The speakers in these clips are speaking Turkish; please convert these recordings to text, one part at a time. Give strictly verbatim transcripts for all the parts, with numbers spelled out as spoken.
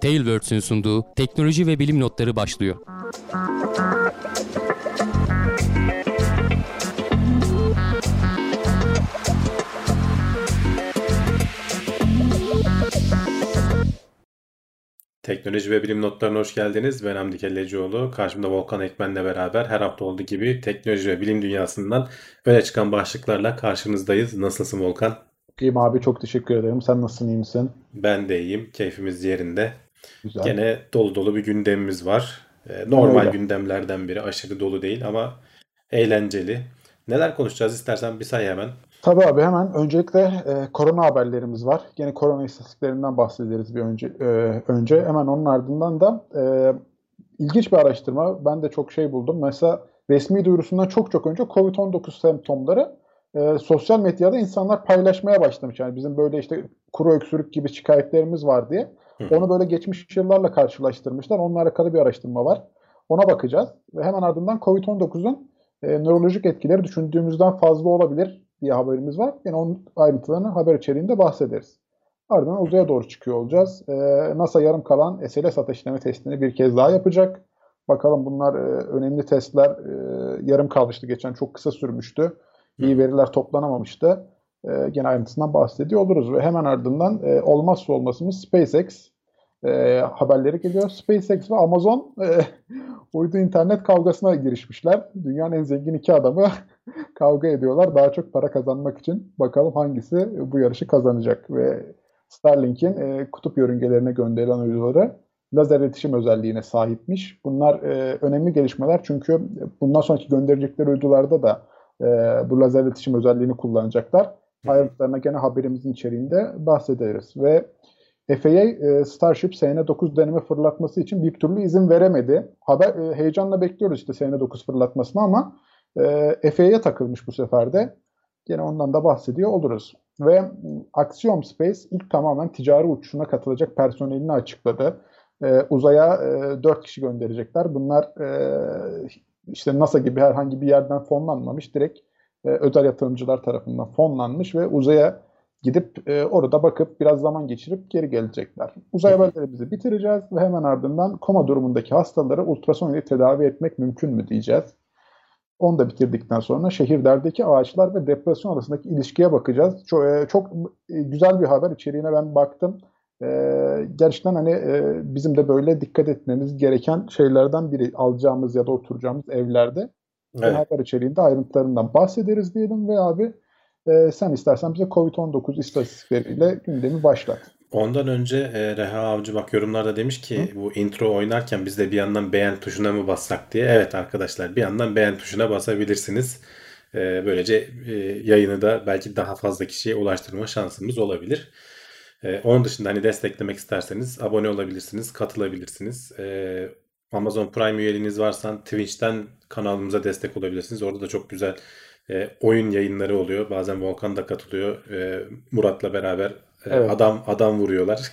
Tailwords'ün sunduğu teknoloji ve bilim notları başlıyor. Teknoloji ve bilim notlarına hoş geldiniz. Ben Hamdi Kellecioğlu. Karşımda Volkan Ekmen'le beraber her hafta olduğu gibi teknoloji ve bilim dünyasından öne çıkan başlıklarla karşınızdayız. Nasılsın Volkan? İyiyim abi, çok teşekkür ederim. Sen nasılsın, iyi misin? Ben de iyiyim. Keyfimiz yerinde. Güzel. Gene dolu dolu bir gündemimiz var. Ee, normal Öyle. gündemlerden biri. Aşırı dolu değil ama eğlenceli. Neler konuşacağız istersen bir say hemen. Tabii abi, hemen öncelikle e, korona haberlerimiz var. Yine korona istatistiklerinden bahsederiz bir önce. e, önce hemen onun ardından da e, ilginç bir araştırma. Ben de çok şey buldum. Mesela resmi duyurusundan çok çok önce covid on dokuz semptomları e, sosyal medyada insanlar paylaşmaya başlamış. Yani bizim böyle işte kuru öksürük gibi şikayetlerimiz var diye. Hı. Onu böyle geçmiş yıllarla karşılaştırmışlar. Onunla alakalı bir araştırma var. Ona bakacağız. Ve hemen ardından covid on dokuzun e, nörolojik etkileri düşündüğümüzden fazla olabilir diye haberimiz var. Yine onun ayrıntılarını haber içeriğinde bahsederiz. Ardından uzaya doğru çıkıyor olacağız. Ee, NASA yarım kalan S L S ateşleme testini bir kez daha yapacak. Bakalım, bunlar e, önemli testler. E, yarım kalmıştı geçen, çok kısa sürmüştü. İyi veriler toplanamamıştı. E, gene ayrıntısından bahsediyor oluruz. Ve hemen ardından e, olmazsa olmazımız SpaceX e, haberleri geliyor. SpaceX ve Amazon e, uydu internet kavgasına girişmişler. Dünyanın en zengin iki adamı kavga ediyorlar daha çok para kazanmak için. Bakalım hangisi bu yarışı kazanacak. Ve Starlink'in e, kutup yörüngelerine gönderilen uyduları lazer iletişim özelliğine sahipmiş. Bunlar e, önemli gelişmeler, çünkü bundan sonraki gönderecekleri uydularda da e, bu lazer iletişim özelliğini kullanacaklar. Ayrıntılarına gene haberimizin içeriğinde bahsederiz. Ve F A A e, Starship S N dokuz deneme fırlatması için bir türlü izin veremedi. Haber e, heyecanla bekliyoruz işte S N dokuz fırlatmasını, ama e, F A A'ya takılmış bu sefer de. Yine ondan da bahsediyor oluruz. Ve Axiom Space ilk tamamen ticari uçuşuna katılacak personelini açıkladı. E, uzaya e, dört kişi gönderecekler. Bunlar e, işte NASA gibi herhangi bir yerden fonlanmamış. Direkt e, özel yatırımcılar tarafından fonlanmış ve uzaya gidip e, orada bakıp biraz zaman geçirip geri gelecekler. Uzay haberlerimizi bitireceğiz ve hemen ardından koma durumundaki hastaları ultrason ile tedavi etmek mümkün mü diyeceğiz. Onu da bitirdikten sonra şehirlerdeki ağaçlar ve depresyon arasındaki ilişkiye bakacağız. Çok, e, çok e, güzel bir haber. İçeriğine ben baktım. E, gerçekten hani e, bizim de böyle dikkat etmemiz gereken şeylerden biri. Alacağımız ya da oturacağımız evlerde. Evet. Haber içeriğinde ayrıntılarından bahsederiz diyelim ve abi e, sen istersen bize covid on dokuz istatistikleriyle gündemi başlat. Ondan önce e, Reha Avcı bak yorumlarda demiş ki Hı? bu intro oynarken biz de bir yandan beğen tuşuna mı bassak diye. Evet arkadaşlar, bir yandan beğen tuşuna basabilirsiniz. E, böylece e, yayını da belki daha fazla kişiye ulaştırma şansımız olabilir. E, onun dışında hani desteklemek isterseniz abone olabilirsiniz, katılabilirsiniz. E, Amazon Prime üyeliğiniz varsa Twitch'ten kanalımıza destek olabilirsiniz. Orada da çok güzel e, oyun yayınları oluyor. Bazen Volkan da katılıyor. E, Murat'la beraber Evet. Adam adam vuruyorlar.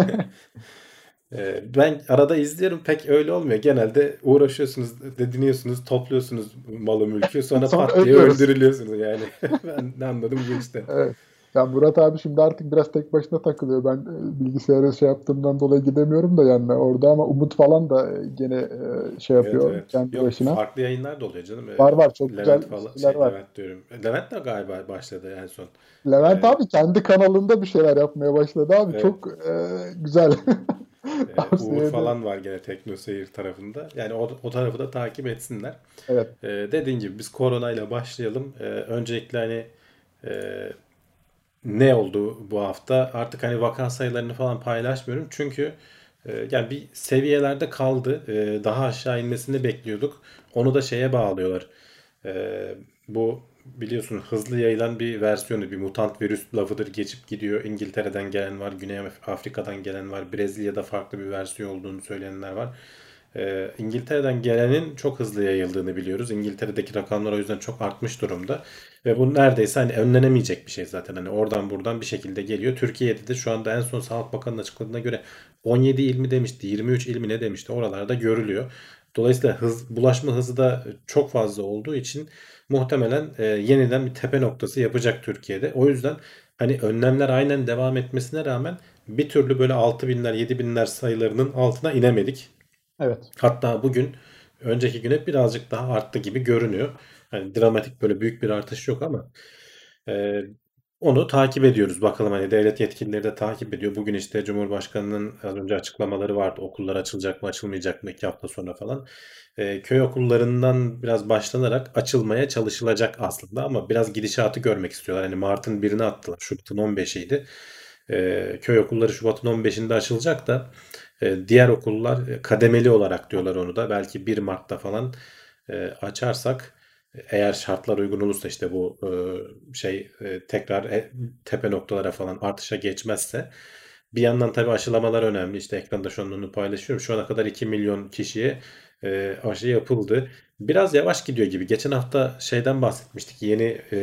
Ben arada izliyorum, pek öyle olmuyor. Genelde uğraşıyorsunuz, dediniyorsunuz, topluyorsunuz malı mülkü, sonra, sonra pat diye öldürülüyorsunuz yani. Ben ne anladım bu işte. Evet. Ya Murat abi şimdi artık biraz tek başına takılıyor. Ben bilgisayara şey yaptığımdan dolayı gidemiyorum da yani orada, ama Umut falan da gene şey yapıyor evet, evet. kendi Yok, başına. Farklı yayınlar da oluyor canım. Var var, çok Levent güzel falan, şeyler şey, var. Levent diyorum. Levent de galiba başladı en son. Levent ee, abi kendi kanalında bir şeyler yapmaya başladı abi. Evet. Çok e, güzel. ee, Uğur falan var gene TeknoSeyir tarafında. Yani o, o tarafı da takip etsinler. Evet. Ee, dediğin gibi biz koronayla başlayalım. Ee, öncelikle hani e, ne oldu bu hafta? Artık hani vaka sayılarını falan paylaşmıyorum. Çünkü e, yani bir seviyelerde kaldı. E, daha aşağı inmesini bekliyorduk. Onu da şeye bağlıyorlar. E, bu biliyorsun hızlı yayılan bir versiyonu, bir mutant virüs lafıdır, geçip gidiyor. İngiltere'den gelen var, Güney Afrika'dan gelen var, Brezilya'da farklı bir versiyon olduğunu söyleyenler var. E, İngiltere'den gelenin çok hızlı yayıldığını biliyoruz. İngiltere'deki rakamlar o yüzden çok artmış durumda. Ve bu neredeyse hani önlenemeyecek bir şey zaten. Hani oradan buradan bir şekilde geliyor. Türkiye'de de şu anda en son Sağlık Bakanı'nın açıkladığına göre on yedi il mi demişti, yirmi üç il mi ne demişti, oralarda görülüyor. Dolayısıyla hız, bulaşma hızı da çok fazla olduğu için muhtemelen e, yeniden bir tepe noktası yapacak Türkiye'de. O yüzden hani önlemler aynen devam etmesine rağmen bir türlü böyle altı binler yedi binler sayılarının altına inemedik. Evet. Hatta bugün önceki güne birazcık daha arttı gibi görünüyor. Hani dramatik böyle büyük bir artış yok ama e, onu takip ediyoruz. Bakalım hani devlet yetkilileri de takip ediyor. Bugün işte Cumhurbaşkanı'nın az önce açıklamaları vardı. Okullar açılacak mı açılmayacak mı iki hafta sonra falan. E, köy okullarından biraz başlanarak açılmaya çalışılacak aslında ama biraz gidişatı görmek istiyorlar. Hani Mart'ın birine attılar. Şubat'ın on beşiydi. E, köy okulları Şubat'ın on beşinde açılacak da e, diğer okullar e, kademeli olarak diyorlar onu da. Belki bir Mart'ta falan e, açarsak eğer şartlar uygun olursa işte bu e, şey e, tekrar e, tepe noktalara falan artışa geçmezse bir yandan tabii aşılamalar önemli. İşte ekranda şu an onu paylaşıyorum. Şu ana kadar iki milyon kişiye e, aşı yapıldı. Biraz yavaş gidiyor gibi. Geçen hafta şeyden bahsetmiştik. Yeni e,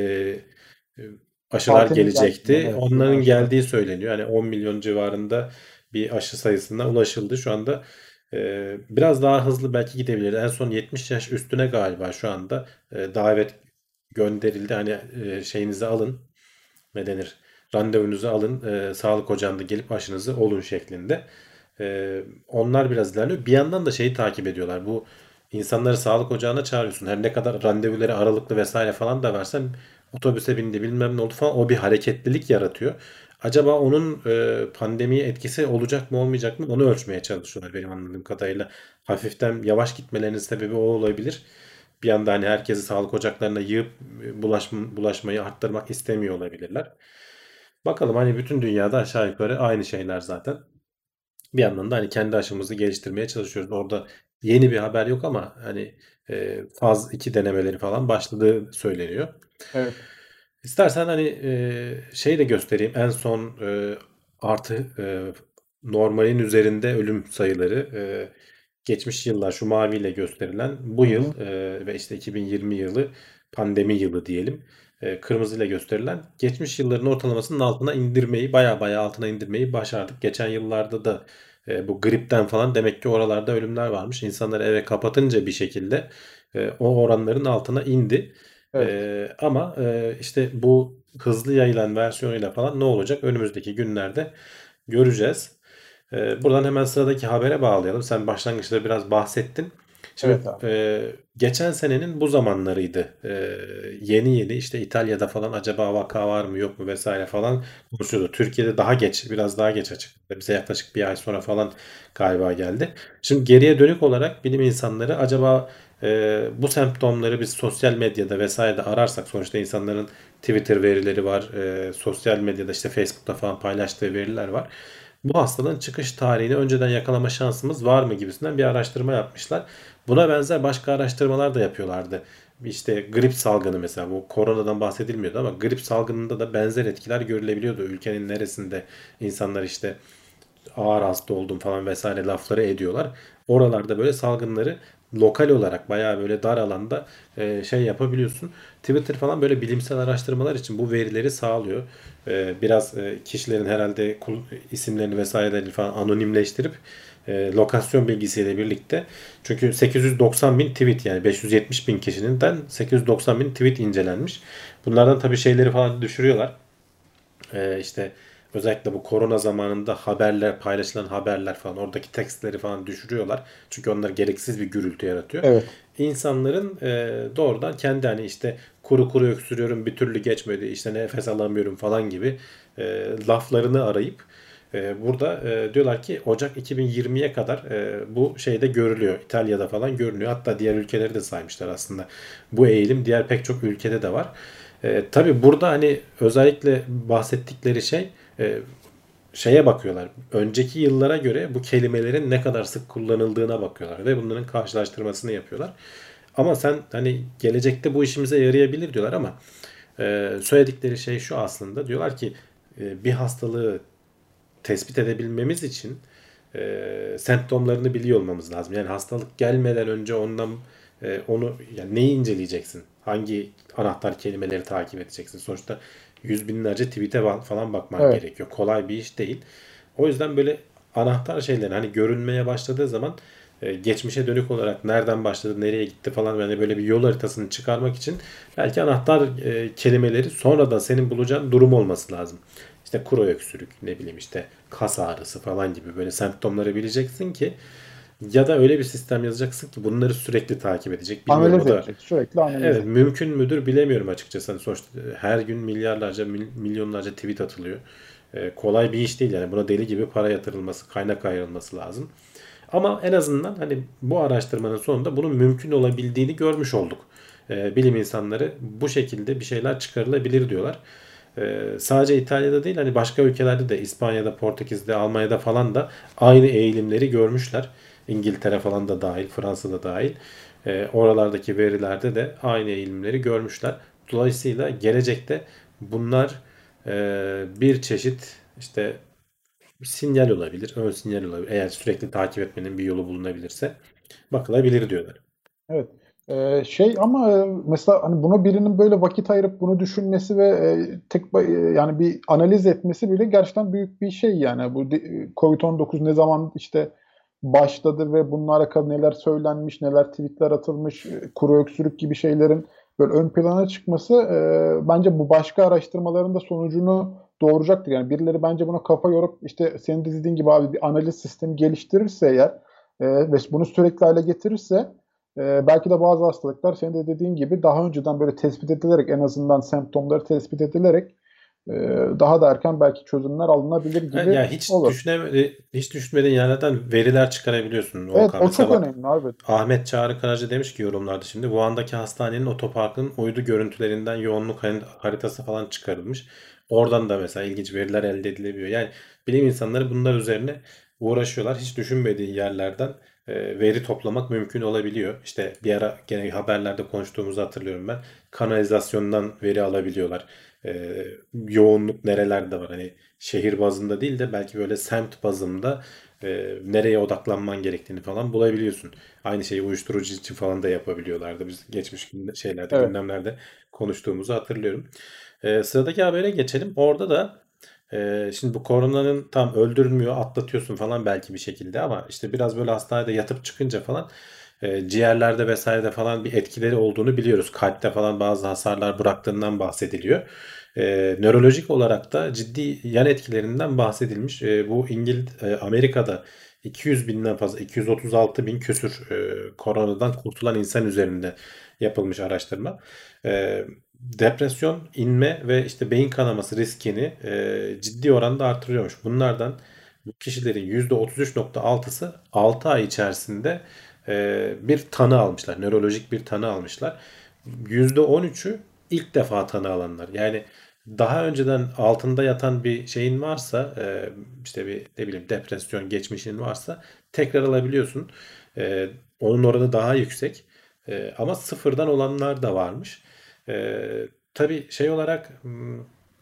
e, aşılar Partinin geldiğinden, gelecekti. evet, yeni Onların aşılar. geldiği söyleniyor. Yani on milyon civarında bir aşı sayısına ulaşıldı. Şu anda e, biraz daha hızlı belki gidebilir. En son yetmiş yaş üstüne galiba şu anda e, davet gönderildi. Hani e, şeyinizi alın. Ne denir? Randevunuzu alın. E, sağlık ocağında gelip aşınızı olun şeklinde. E, onlar biraz ilerliyor. Bir yandan da şeyi takip ediyorlar. Bu insanları sağlık ocağına çağırıyorsun. Her ne kadar randevuları aralıklı vesaire falan da versen otobüse bindi bilmem ne oldu falan o bir hareketlilik yaratıyor. Acaba onun e, pandemiye etkisi olacak mı olmayacak mı onu ölçmeye çalışıyorlar benim anladığım kadarıyla. Hafiften yavaş gitmelerinin sebebi o olabilir. Bir anda hani herkesi sağlık ocaklarına yığıp e, bulaşma, bulaşmayı arttırmak istemiyor olabilirler. Bakalım hani bütün dünyada aşağı yukarı aynı şeyler zaten. Bir yandan da hani kendi aşımızı geliştirmeye çalışıyoruz. Orada yeni bir haber yok ama hani e, faz iki denemeleri falan başladığı söyleniyor. Evet. İstersen hani e, şey de göstereyim. En son e, artı e, normalin üzerinde ölüm sayıları e, geçmiş yıllar şu maviyle gösterilen bu Hı yıl hı. e, ve işte iki bin yirmi yılı pandemi yılı diyelim. E, kırmızıyla gösterilen geçmiş yılların ortalamasının altına indirmeyi baya baya altına indirmeyi başardık. Geçen yıllarda da e, bu gripten falan demek ki oralarda ölümler varmış. İnsanları eve kapatınca bir şekilde e, o oranların altına indi. Evet. Ee, ama e, işte bu hızlı yayılan versiyonuyla falan ne olacak? Önümüzdeki günlerde göreceğiz. Ee, buradan hemen sıradaki habere bağlayalım. Sen başlangıçta biraz bahsettin. Şimdi Evet abi. e, geçen senenin bu zamanlarıydı. Ee, yeni yeni işte İtalya'da falan acaba vaka var mı yok mu vesaire falan konuşuyordu. Türkiye'de daha geç, biraz daha geç açıkladı. Bize yaklaşık bir ay sonra falan galiba geldi. Şimdi geriye dönük olarak bilim insanları acaba ee, bu semptomları biz sosyal medyada vesairede ararsak sonuçta insanların Twitter verileri var, e, sosyal medyada işte Facebook'ta falan paylaştığı veriler var. Bu hastalığın çıkış tarihini önceden yakalama şansımız var mı gibisinden bir araştırma yapmışlar. Buna benzer başka araştırmalar da yapıyorlardı. İşte grip salgını mesela bu koronadan bahsedilmiyordu ama grip salgınında da benzer etkiler görülebiliyordu. Ülkenin neresinde insanlar işte ağır hasta oldum falan vesaire lafları ediyorlar. Oralarda böyle salgınları lokal olarak bayağı böyle dar alanda e, şey yapabiliyorsun. Twitter falan böyle bilimsel araştırmalar için bu verileri sağlıyor. E, biraz e, kişilerin herhalde kul- isimlerini vesaireleri falan anonimleştirip e, lokasyon bilgisiyle birlikte çünkü sekiz yüz doksan bin tweet yani beş yüz yetmiş bin kişinin sekiz yüz doksan bin tweet incelenmiş. Bunlardan tabii şeyleri falan düşürüyorlar. Ee, işte özellikle bu korona zamanında haberler, paylaşılan haberler falan oradaki tekstleri falan düşürüyorlar. Çünkü onlar gereksiz bir gürültü yaratıyor. Evet. İnsanların e, doğrudan kendi hani işte kuru kuru öksürüyorum bir türlü geçmedi işte nefes alamıyorum falan gibi e, laflarını arayıp e, burada e, diyorlar ki Ocak iki bin yirmiye kadar e, bu şeyde görülüyor. İtalya'da falan görünüyor. Hatta diğer ülkeleri de saymışlar aslında. Bu eğilim diğer pek çok ülkede de var. E, tabii burada hani özellikle bahsettikleri şey e, şeye bakıyorlar. Önceki yıllara göre bu kelimelerin ne kadar sık kullanıldığına bakıyorlar ve bunların karşılaştırmasını yapıyorlar. Ama sen hani gelecekte bu işimize yarayabilir diyorlar ama e, söyledikleri şey şu aslında. Diyorlar ki e, bir hastalığı tespit edebilmemiz için e, semptomlarını biliyor olmamız lazım. Yani hastalık gelmeden önce ondan e, onu yani neyi inceleyeceksin? Hangi anahtar kelimeleri takip edeceksin? Sonuçta yüz binlerce tweet'e falan bakman Evet. gerekiyor. Kolay bir iş değil. O yüzden böyle anahtar şeylerin hani görünmeye başladığı zaman e, geçmişe dönük olarak nereden başladı, nereye gitti falan yani böyle bir yol haritasını çıkarmak için belki anahtar e, kelimeleri sonradan senin bulacağın durum olması lazım. İşte kuru öksürük, ne bileyim işte kas ağrısı falan gibi böyle semptomları bileceksin ki ya da öyle bir sistem yazacaksın ki bunları sürekli takip edecek. Bilmiyorum Analiz o da edecek. Sürekli analiz evet edecek. mümkün müdür bilemiyorum açıkçası. Hani sonuçta her gün milyarlarca, mil- milyonlarca tweet atılıyor. Ee, kolay bir iş değil yani. Buna deli gibi para yatırılması, kaynak ayrılması lazım. Ama en azından hani bu araştırmanın sonunda bunun mümkün olabildiğini görmüş olduk. Ee, bilim insanları bu şekilde bir şeyler çıkarılabilir diyorlar. Ee, sadece İtalya'da değil hani başka ülkelerde de İspanya'da, Portekiz'de, Almanya'da falan da aynı eğilimleri görmüşler. İngiltere falan da dahil, Fransa'da dahil. Ee, oralardaki verilerde de aynı eğilimleri görmüşler. Dolayısıyla gelecekte bunlar e, bir çeşit işte sinyal olabilir, ön sinyal olabilir. Eğer sürekli takip etmenin bir yolu bulunabilirse bakılabilir diyorlar. Evet. Ee, şey ama e, mesela hani bunu birinin böyle vakit ayırıp bunu düşünmesi ve e, tek ba- e, yani bir analiz etmesi bile gerçekten büyük bir şey yani. Bu de- covid on dokuz ne zaman işte başladı ve bununla alakalı neler söylenmiş, neler tweetler atılmış, e, kuru öksürük gibi şeylerin böyle ön plana çıkması e, bence bu başka araştırmaların da sonucunu doğuracaktır. Yani birileri bence buna kafa yorup işte senin de dediğin gibi abi bir analiz sistemi geliştirirse eğer e, ve bunu sürekli hale getirirse ee, belki de bazı hastalıklar senin de dediğin gibi daha önceden böyle tespit edilerek en azından semptomları tespit edilerek e, daha da erken belki çözümler alınabilir Ha, gibi ya hiç olur. düşünemedi, hiç düşünmediğin yerlerden veriler çıkarabiliyorsun Evet, Volkan. o Mesela çok bak önemli abi. Ahmet Çağrı Karaca demiş ki yorumlarda şimdi Wuhan'daki hastanenin otoparkının uydu görüntülerinden yoğunluk har- haritası falan çıkarılmış. Oradan da mesela ilginç veriler elde edilebiliyor. Yani bilim insanları bunlar üzerine uğraşıyorlar. Hiç düşünmediği yerlerden e, veri toplamak mümkün olabiliyor. İşte bir ara gene haberlerde konuştuğumuzu hatırlıyorum ben. Kanalizasyondan veri alabiliyorlar. E, yoğunluk nerelerde var? Hani şehir bazında değil de belki böyle semt bazında e, nereye odaklanman gerektiğini falan bulabiliyorsun. Aynı şeyi uyuşturucu için falan da yapabiliyorlardı. Biz geçmiş gün- şeylerde, Evet. gündemlerde konuştuğumuzu hatırlıyorum. Ee, sıradaki habere geçelim. Orada da e, şimdi bu koronanın tam öldürülmüyor, atlatıyorsun falan belki bir şekilde ama işte biraz böyle hastanede yatıp çıkınca falan e, ciğerlerde vesairede falan bir etkileri olduğunu biliyoruz. Kalpte falan bazı hasarlar bıraktığından bahsediliyor. E, nörolojik olarak da ciddi yan etkilerinden bahsedilmiş. E, bu İngiliz, e, Amerika'da iki yüz binden fazla, iki yüz otuz altı bin küsür e, koronadan kurtulan insan üzerinde yapılmış araştırma. E, depresyon, inme ve işte beyin kanaması riskini e, ciddi oranda artırıyormuş. Bunlardan bu kişilerin yüzde otuz üç nokta altısı altı ay içerisinde e, bir tanı almışlar. Nörolojik bir tanı almışlar. yüzde on üçü ilk defa tanı alanlar. Yani daha önceden altında yatan bir şeyin varsa e, işte bir ne bileyim depresyon geçmişin varsa tekrar alabiliyorsun. E, onun oranı daha yüksek. E, ama sıfırdan olanlar da varmış. E, tabii şey olarak hmm,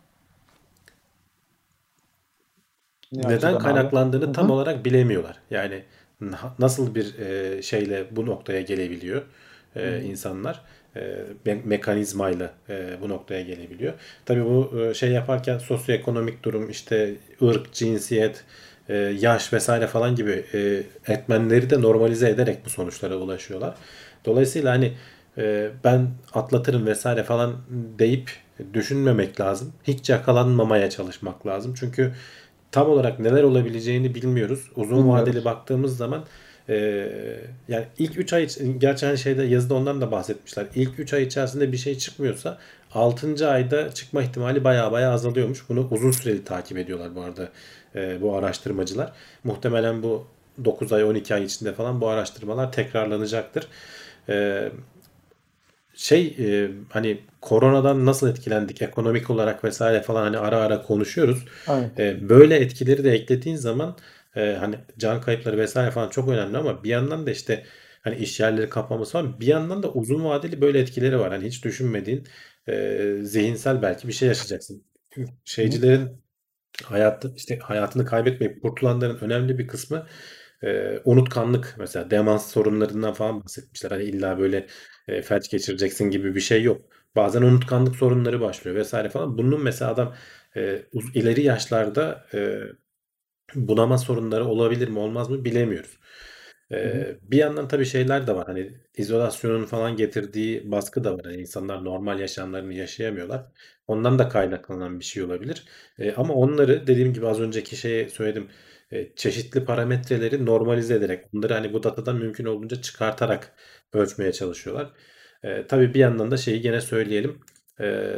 Ne neden açıdan abi? Hı kaynaklandığını tam hı. olarak bilemiyorlar. Yani na- nasıl bir e, şeyle bu noktaya gelebiliyor Hı e, hı. insanlar e, me- mekanizmayla e, bu noktaya gelebiliyor. Tabii bu e, şey yaparken sosyoekonomik durum işte ırk, cinsiyet, e, yaş vesaire falan gibi e, etmenleri de normalize ederek bu sonuçlara ulaşıyorlar. Dolayısıyla hani e, ben atlatırım vesaire falan deyip düşünmemek lazım. Hiç yakalanmamaya çalışmak lazım. Çünkü tam olarak neler olabileceğini bilmiyoruz. Uzun vadeli Bilmiyoruz. baktığımız zaman e, yani ilk üç ay iç- gerçi hani şeyde yazıda ondan da bahsetmişler. İlk üç ay içerisinde bir şey çıkmıyorsa altıncı ayda çıkma ihtimali baya baya azalıyormuş. Bunu uzun süreli takip ediyorlar bu arada e, bu araştırmacılar. Muhtemelen bu dokuz ay on iki ay içinde falan bu araştırmalar tekrarlanacaktır. E, şey e, hani koronadan nasıl etkilendik ekonomik olarak vesaire falan hani ara ara konuşuyoruz. Evet. E, böyle etkileri de eklediğin zaman e, hani can kayıpları vesaire falan çok önemli ama bir yandan da işte hani iş yerleri kapanması falan bir yandan da uzun vadeli böyle etkileri var. Hani hiç düşünmediğin e, zihinsel belki bir şey yaşayacaksın. Hı hı. Şeycilerin Hayatta işte hayatını kaybetmeyip kurtulanların önemli bir kısmı e, unutkanlık mesela demans sorunlarından falan bahsetmişler. Hani illa böyle e, felç geçireceksin gibi bir şey yok. Bazen unutkanlık sorunları başlıyor vesaire falan. Bunun mesela adam e, uz- ileri yaşlarda e, bunama sorunları olabilir mi olmaz mı bilemiyoruz. Hı hı. Ee, bir yandan tabii şeyler de var. Hani izolasyonun falan getirdiği baskı da var. Hani insanlar normal yaşamlarını yaşayamıyorlar. Ondan da kaynaklanan bir şey olabilir. Ee, ama onları dediğim gibi az önceki şeye söyledim. Ee, çeşitli parametreleri normalize ederek, onları hani bu datadan mümkün olduğunca çıkartarak ölçmeye çalışıyorlar. Ee, tabii bir yandan da şeyi gene söyleyelim. Ee,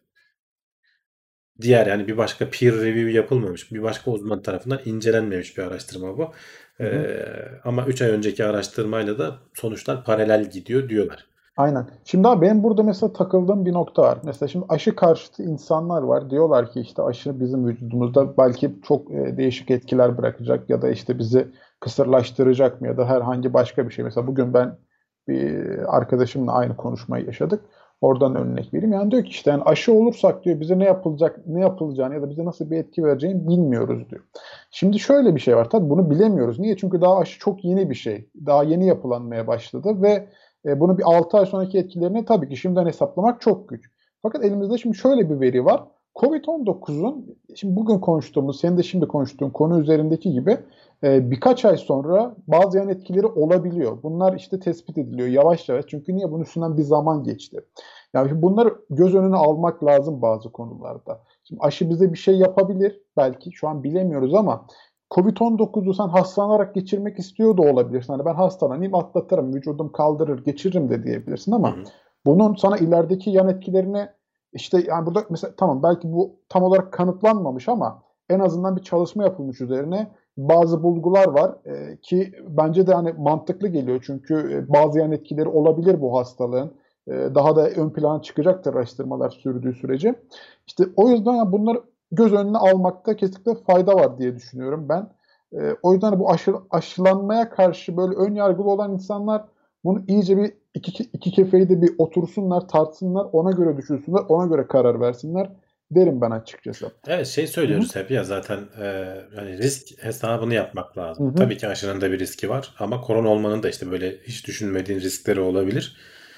Diğer yani bir başka peer review yapılmamış, bir başka uzman tarafından incelenmemiş bir araştırma bu. Hı hı. Ee, ama üç ay önceki araştırmayla da sonuçlar paralel gidiyor diyorlar. Aynen. Şimdi abi benim burada mesela takıldığım bir nokta var. Mesela şimdi aşı karşıtı insanlar var. Diyorlar ki işte aşı bizim vücudumuzda belki çok e, değişik etkiler bırakacak ya da işte bizi kısırlaştıracak mı ya da herhangi başka bir şey. Mesela bugün ben bir arkadaşımla aynı konuşmayı yaşadık. Oradan örnek vereyim. Yani diyor ki işte yani aşı olursak diyor bize ne yapılacak, ne yapılacağını ya da bize nasıl bir etki vereceğini bilmiyoruz diyor. Şimdi şöyle bir şey var. Tabii bunu bilemiyoruz. Niye? Çünkü daha aşı çok yeni bir şey. Daha yeni yapılanmaya başladı ve e, bunu bir altı ay sonraki etkilerini tabii ki şimdiden hesaplamak çok güç. Fakat elimizde şimdi şöyle bir veri var. covid on dokuzun şimdi bugün konuştuğumuz, senin de şimdi konuştuğun konu üzerindeki gibi e, birkaç ay sonra bazı yan etkileri olabiliyor. Bunlar işte tespit ediliyor yavaş yavaş. Çünkü niye? Bunun üstünden bir zaman geçti. Yani bunları göz önüne almak lazım bazı konularda. Şimdi aşı bize bir şey yapabilir. Belki şu an bilemiyoruz ama covid on dokuzu sen hastalanarak geçirmek istiyor da olabilirsin. Hani ben hastalanayım, atlatırım, vücudum kaldırır, geçiririm de diyebilirsin Hı ama hı. bunun sana ilerideki yan etkilerini işte yani burada mesela tamam belki bu tam olarak kanıtlanmamış ama en azından bir çalışma yapılmış üzerine bazı bulgular var e, ki bence de hani mantıklı geliyor çünkü e, bazı yan etkileri olabilir bu hastalığın. E, daha da ön plana çıkacaktır araştırmalar sürdüğü sürece. İşte o yüzden yani bunları göz önüne almakta kesinlikle fayda var diye düşünüyorum ben. E, o yüzden bu aşı, aşılanmaya karşı böyle ön yargılı olan insanlar bunu iyice bir iki, iki kefeyi de bir otursunlar, tartsınlar, ona göre düşünsünler, ona göre karar versinler derim ben açıkçası. Evet, şey Hı hı. söylüyoruz hep ya zaten e, hani risk hesabını yapmak Hı lazım. hı. Tabii ki aşının da bir riski var ama korona olmanın da işte böyle hiç düşünmediğin riskleri olabilir.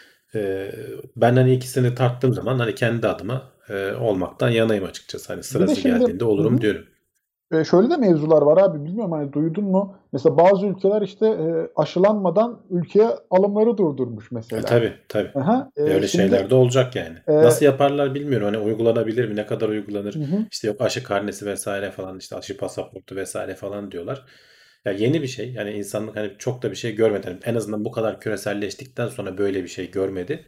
E, ben hani ikisini tarttığım zaman hani kendi adıma e, olmaktan yanayım açıkçası. Hani Bir de sırası şimdi geldiğinde hı hı. olurum diyorum. E, şöyle de mevzular var abi bilmiyorum hani duydun mu? Mesela bazı ülkeler işte e, aşılanmadan ülkeye alımları durdurmuş E, mesela. tabii tabii. Aha, E, e, öyle şimdi şeyler de olacak yani. e, Nasıl yaparlar bilmiyorum. Hani uygulanabilir mi? Ne kadar hı uygulanır? hı. İşte yok aşı karnesi vesaire falan işte aşı pasaportu vesaire falan diyorlar. Ya yeni bir şey. Yani insanlık hani çok da bir şey görmedi. Yani en azından bu kadar küreselleştikten sonra böyle bir şey görmedi.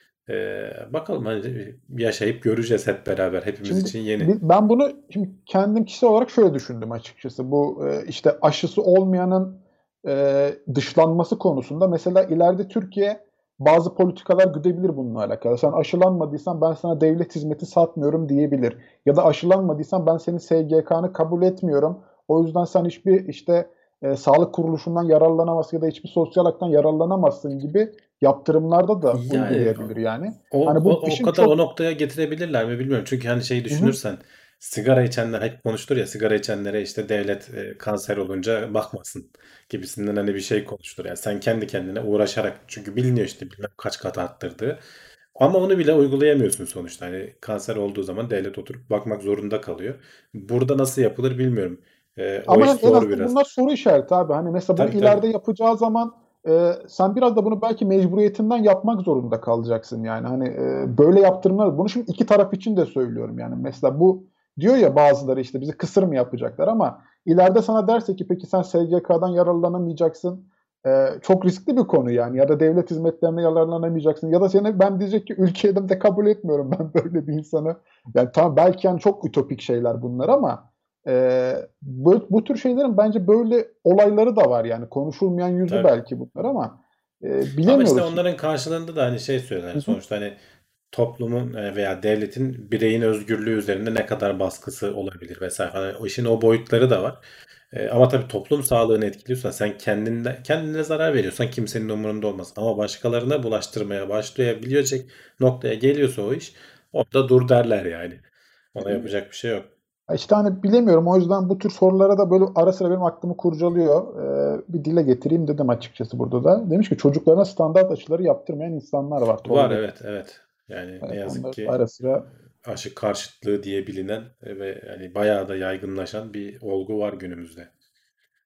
Ee, bakalım hani yaşayıp göreceğiz hep beraber. Hepimiz Şimdi için yeni. bi- ben bunu şimdi kendim kişisel olarak şöyle düşündüm açıkçası. Bu e, işte aşısı olmayanın e, dışlanması konusunda mesela ileride Türkiye bazı politikalar güdebilir bununla alakalı. Sen aşılanmadıysan ben sana devlet hizmeti satmıyorum diyebilir. Ya da aşılanmadıysan ben senin S G K'nı kabul etmiyorum. O yüzden sen hiçbir işte e, sağlık kuruluşundan yararlanamazsın ya da hiçbir sosyal haktan yararlanamazsın gibi yaptırımlarda da Yani uygulayabilir yani. o, Hani bu o, o işin kadar o çok. noktaya getirebilirler mi bilmiyorum. Çünkü hani şeyi Hı hı. düşünürsen sigara içenler hep konuştur ya sigara içenlere işte devlet e, kanser olunca bakmasın gibisinden hani bir şey konuştur. Yani sen kendi kendine uğraşarak çünkü biliniyor işte bilmem kaç kat arttırdığı. Ama onu bile uygulayamıyorsun sonuçta. Hani kanser olduğu zaman devlet oturup bakmak zorunda kalıyor. Burada nasıl yapılır bilmiyorum. E, o Ama iş en en zor azından biraz. bunlar soru işareti abi. Hani mesela bunu Tabii tabii. ileride yapacağı zaman e, sen biraz da bunu belki mecburiyetinden yapmak zorunda kalacaksın yani. Hani e, böyle yaptırımlar. Bunu şimdi iki taraf için de söylüyorum yani. Mesela bu diyor ya bazıları işte bizi kısır mı yapacaklar ama ileride sana derse ki peki sen S G K'dan yararlanamayacaksın. E, çok riskli bir konu yani. Ya da devlet hizmetlerine yararlanamayacaksın. Ya da seni ben diyecek ki ülkeden de kabul etmiyorum ben böyle bir insanı. Yani tamam belki yani çok ütopik şeyler bunlar ama ee, bu, bu tür şeylerin bence böyle olayları da var yani konuşulmayan yüzü Tabii. belki bunlar ama e, Ama işte bilemiyoruz. onların karşılığında da hani şey Hı söylüyorlar hı. sonuçta hani toplumun e, veya devletin bireyin özgürlüğü üzerinde ne kadar baskısı olabilir vesaire. Hani o işin o boyutları da var. E, ama tabii toplum sağlığını etkiliyorsan sen kendinde kendine zarar veriyorsan kimsenin umurunda olmaz. Ama başkalarına bulaştırmaya başlayabilecek noktaya geliyorsa o iş orada dur derler yani. Ona yapacak bir şey yok. İşte hani bilemiyorum o yüzden bu tür sorulara da böyle ara sıra benim aklımı kurcalıyor. Ee, bir dile getireyim dedim açıkçası burada da. Demiş ki çocuklarına standart aşıları yaptırmayan insanlar var Var Tolga. evet evet. Yani ne Evet, yazık onları ki ara sıra e, aşı karşıtlığı diye bilinen e, ve hani bayağı da yaygınlaşan bir olgu var günümüzde.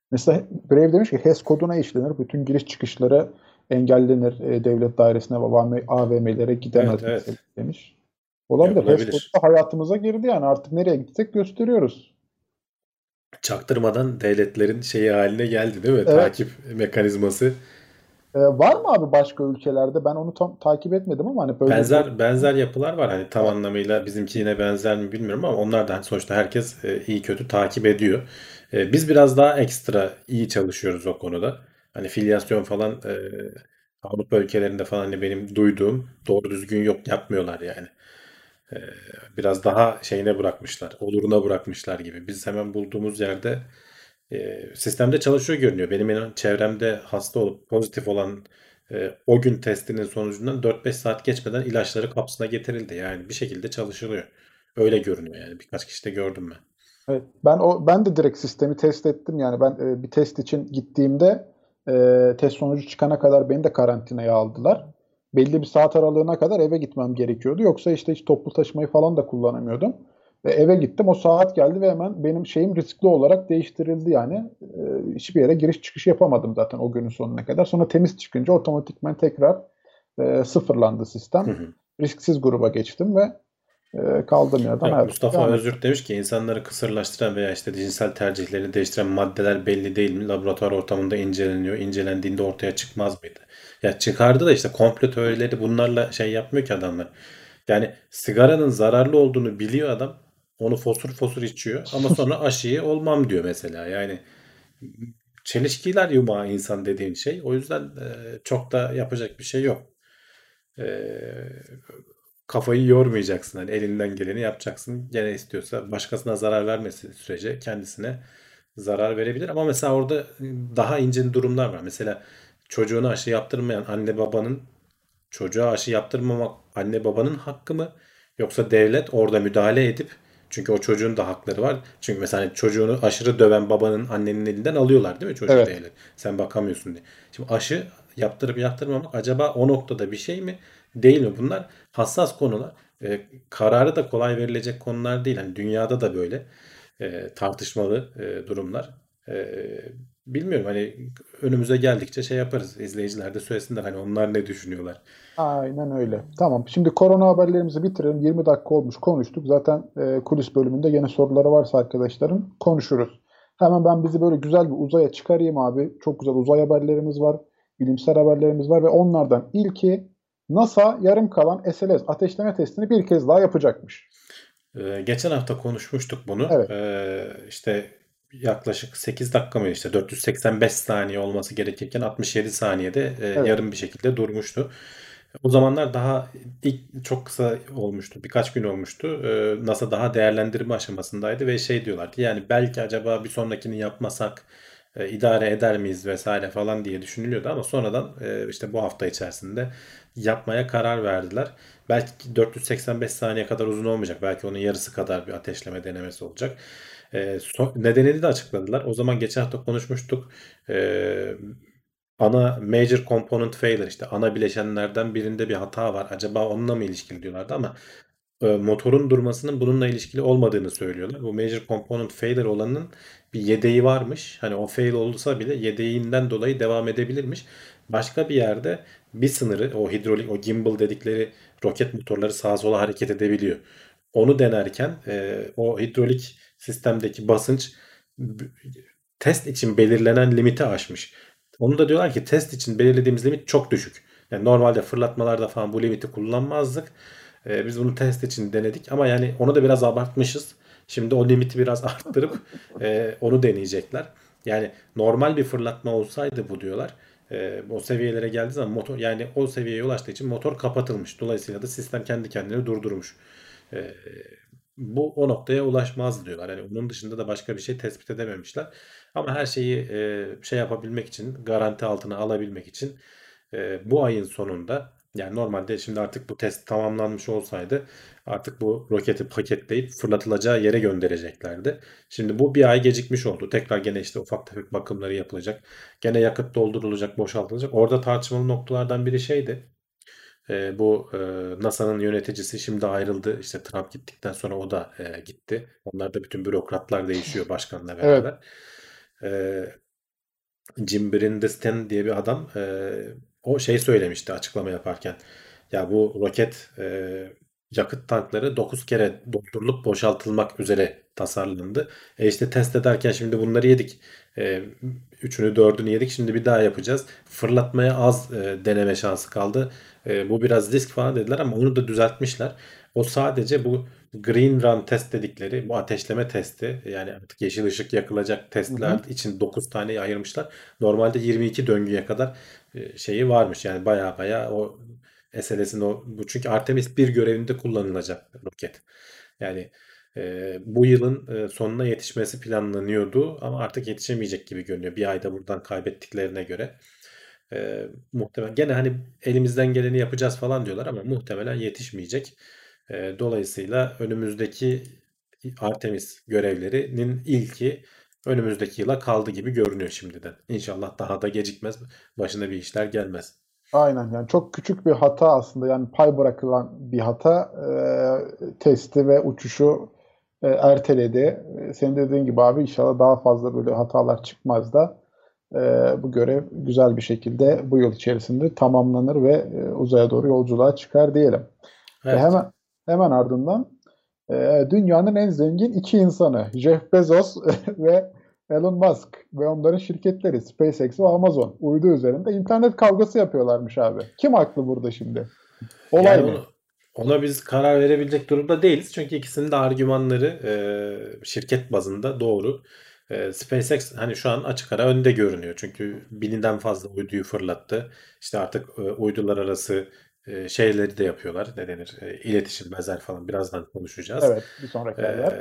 Mesela Brave demiş ki H E S koduna işlenir. Bütün giriş çıkışları engellenir. E, devlet dairesine ve A V M'lere Evet, gidemez mesela evet. demiş. Olabilir. H E S kodu Yapılabilir. da hayatımıza girdi yani. Artık nereye gitsek gösteriyoruz. Çaktırmadan devletlerin şeyi haline geldi değil mi? Evet. Takip mekanizması. E, var mı abi başka ülkelerde? Ben onu tam takip etmedim ama hani böyle bir boyut. Benzer benzer yapılar var. Hani tam Evet. anlamıyla bizimkine benzer mi bilmiyorum ama onlar da hani sonuçta herkes e, iyi kötü takip ediyor. E, biz biraz daha ekstra iyi çalışıyoruz o konuda. Hani filyasyon falan e, Avrupa ülkelerinde falan hani benim duyduğum doğru düzgün yok, yapmıyorlar yani. E, Biraz daha şeyine bırakmışlar. Oluruna bırakmışlar gibi. Biz hemen bulduğumuz yerde e, sistemde çalışıyor görünüyor. Benim inan- çevremde hasta olup pozitif olan e, o gün testinin sonucundan dört beş saat geçmeden ilaçları kapısına getirildi. Yani bir şekilde çalışılıyor. Öyle görünüyor yani. Birkaç kişi de gördüm ben. Evet. Ben o ben de direkt sistemi test ettim. Yani ben e, bir test için gittiğimde e, test sonucu çıkana kadar beni de karantinaya aldılar. Belli bir saat aralığına kadar eve gitmem gerekiyordu. Yoksa işte hiç toplu taşımayı falan da kullanamıyordum. Ve eve gittim. O saat geldi ve hemen benim şeyim riskli olarak değiştirildi yani. E, hiçbir yere giriş çıkış yapamadım zaten o günün sonuna kadar. Sonra temiz çıkınca otomatikman tekrar e, sıfırlandı Hı sistem. hı. Risksiz gruba geçtim ve e, kaldığım yerden Yok, hayatıma Mustafa devam ettim. Özürt demiş ki insanları kısırlaştıran veya işte cinsel tercihlerini değiştiren maddeler belli değil mi? Laboratuvar ortamında inceleniyor. İncelendiğinde ortaya çıkmaz mıydı? Ya çıkardı da işte komplo teorileri bunlarla şey yapmıyor ki adamlar. Yani sigaranın zararlı olduğunu biliyor adam. Onu fosur fosur içiyor ama sonra aşıyı olmam diyor mesela. Yani çelişkiler yumağı insan dediğin şey. O yüzden e, çok da yapacak bir şey yok. E, Kafayı yormayacaksın. Hani elinden geleni yapacaksın. Gene istiyorsa başkasına zarar vermesi sürece kendisine zarar verebilir. Ama mesela orada daha ince durumlar var. Mesela çocuğuna aşı yaptırmayan anne babanın çocuğa aşı yaptırmamak anne babanın hakkı mı? Yoksa devlet orada müdahale edip çünkü o çocuğun da hakları var. Çünkü mesela hani çocuğunu aşırı döven babanın annenin elinden alıyorlar değil mi çocuğu Evet. devlet? Sen bakamıyorsun diye. Şimdi aşı yaptırıp yaptırmamak acaba o noktada bir şey mi? Değil mi? Bunlar hassas konular. E, kararı da kolay verilecek konular değil. Hani dünyada da böyle e, tartışmalı e, durumlar. E, Bilmiyorum hani önümüze geldikçe şey yaparız. İzleyiciler de söylesinler hani onlar ne düşünüyorlar. Aynen öyle. Tamam. Şimdi korona haberlerimizi bitirelim. yirmi dakika olmuş konuştuk. Zaten e, kulis bölümünde yeni soruları varsa arkadaşların konuşuruz. Hemen ben bizi böyle güzel bir uzaya çıkarayım abi. Çok güzel uzay haberlerimiz var. Bilimsel haberlerimiz var ve onlardan ilki NASA yarım kalan S L S ateşleme testini bir kez daha yapacakmış. Ee, geçen hafta konuşmuştuk bunu. Evet. Ee, işte yaklaşık sekiz dakika mı işte dört yüz seksen beş saniye olması gerekirken altmış yedi saniyede e, Evet. yarım bir şekilde durmuştu. O zamanlar daha ilk çok kısa olmuştu. Birkaç gün olmuştu. Ee, NASA daha değerlendirme aşamasındaydı ve şey diyorlardı. Yani belki acaba bir sonrakini yapmasak e, idare eder miyiz vesaire falan diye düşünülüyordu ama sonradan e, işte bu hafta içerisinde yapmaya karar verdiler. Belki dört yüz seksen beş saniye kadar uzun olmayacak. Belki onun yarısı kadar bir ateşleme denemesi olacak. E, so- nedenini de açıkladılar. O zaman geçen hafta konuşmuştuk. E, Ana major component failure işte ana bileşenlerden birinde bir hata var. Acaba onunla mı ilişkili diyorlardı ama e, motorun durmasının bununla ilişkili olmadığını söylüyorlar. Bu major component failure olanın bir yedeği varmış. Hani o fail olursa bile yedeğinden dolayı devam edebilirmiş. Başka bir yerde bir sınırı o hidrolik o gimbal dedikleri roket motorları sağa sola hareket edebiliyor. Onu denerken e, o hidrolik sistemdeki basınç b- test için belirlenen limiti aşmış. Onu da diyorlar ki test için belirlediğimiz limit çok düşük. Yani normalde fırlatmalarda falan bu limiti kullanmazdık. Ee, biz bunu test için denedik ama yani onu da biraz abartmışız. Şimdi o limiti biraz arttırıp e, onu deneyecekler. Yani normal bir fırlatma olsaydı bu diyorlar. E, o seviyelere geldiği zaman motor yani o seviyeye ulaştığı için motor kapatılmış. Dolayısıyla da sistem kendi kendini durdurmuş. E, Bu o noktaya ulaşmaz diyorlar. Yani onun dışında da başka bir şey tespit edememişler. Ama her şeyi e, şey yapabilmek için, garanti altına alabilmek için e, bu ayın sonunda yani normalde şimdi artık bu test tamamlanmış olsaydı artık bu roketi paketleyip fırlatılacağı yere göndereceklerdi. Şimdi bu bir ay gecikmiş oldu. Tekrar gene işte ufak tefek bakımları yapılacak. Gene yakıt doldurulacak, boşaltılacak. Orada tartışmalı noktalardan biri şeydi. E, bu e, NASA'nın yöneticisi şimdi ayrıldı. İşte Trump gittikten sonra o da e, gitti. Onlar da bütün bürokratlar değişiyor başkanla Evet. beraber. E, Jim Bridenstine diye bir adam e, o şey söylemişti açıklama yaparken. Ya bu roket e, yakıt tankları dokuz kere doldurulup boşaltılmak üzere tasarlandı. E işte test ederken şimdi bunları yedik. E, üçünü dördünü yedik. Şimdi bir daha yapacağız. Fırlatmaya az e, deneme şansı kaldı. E, bu biraz risk falan dediler ama onu da düzeltmişler. O sadece bu Green Run test dedikleri bu ateşleme testi, yani artık yeşil ışık yakılacak Hı testler hı. için dokuz tane ayırmışlar. Normalde yirmi iki döngüye kadar e, şeyi varmış. Yani baya baya o S L S'in o bu, çünkü Artemis bir görevinde kullanılacak roket. Yani e, bu yılın e, sonuna yetişmesi planlanıyordu ama artık yetişemeyecek gibi görünüyor. Bir ayda buradan kaybettiklerine göre. E, muhtemelen gene hani elimizden geleni yapacağız falan diyorlar ama muhtemelen yetişmeyecek. E, dolayısıyla önümüzdeki Artemis görevlerinin ilki önümüzdeki yıla kaldı gibi görünüyor şimdiden. İnşallah daha da gecikmez. Başına bir işler gelmez. Aynen, yani çok küçük bir hata aslında, yani pay bırakılan bir hata e, testi ve uçuşu e, erteledi. E, senin dediğin gibi abi, inşallah daha fazla böyle hatalar çıkmaz da e, bu görev güzel bir şekilde bu yıl içerisinde tamamlanır ve e, uzaya doğru yolculuğa çıkar diyelim. Ve Evet. hemen hemen ardından e, dünyanın en zengin iki insanı Jeff Bezos ve Elon Musk ve onların şirketleri SpaceX ve Amazon uydu üzerinde internet kavgası yapıyorlarmış abi. Kim haklı burada şimdi? Yani Olay ne? onu ona biz karar verebilecek durumda değiliz. Çünkü ikisinin de argümanları e, şirket bazında doğru. E, SpaceX hani şu an açık ara önde görünüyor. Çünkü bininden fazla uyduyu fırlattı. İşte artık e, uydular arası e, şeyleri de yapıyorlar. Ne denir? E, iletişim, bezer falan birazdan konuşacağız. Evet, bir sonraki E, aylar.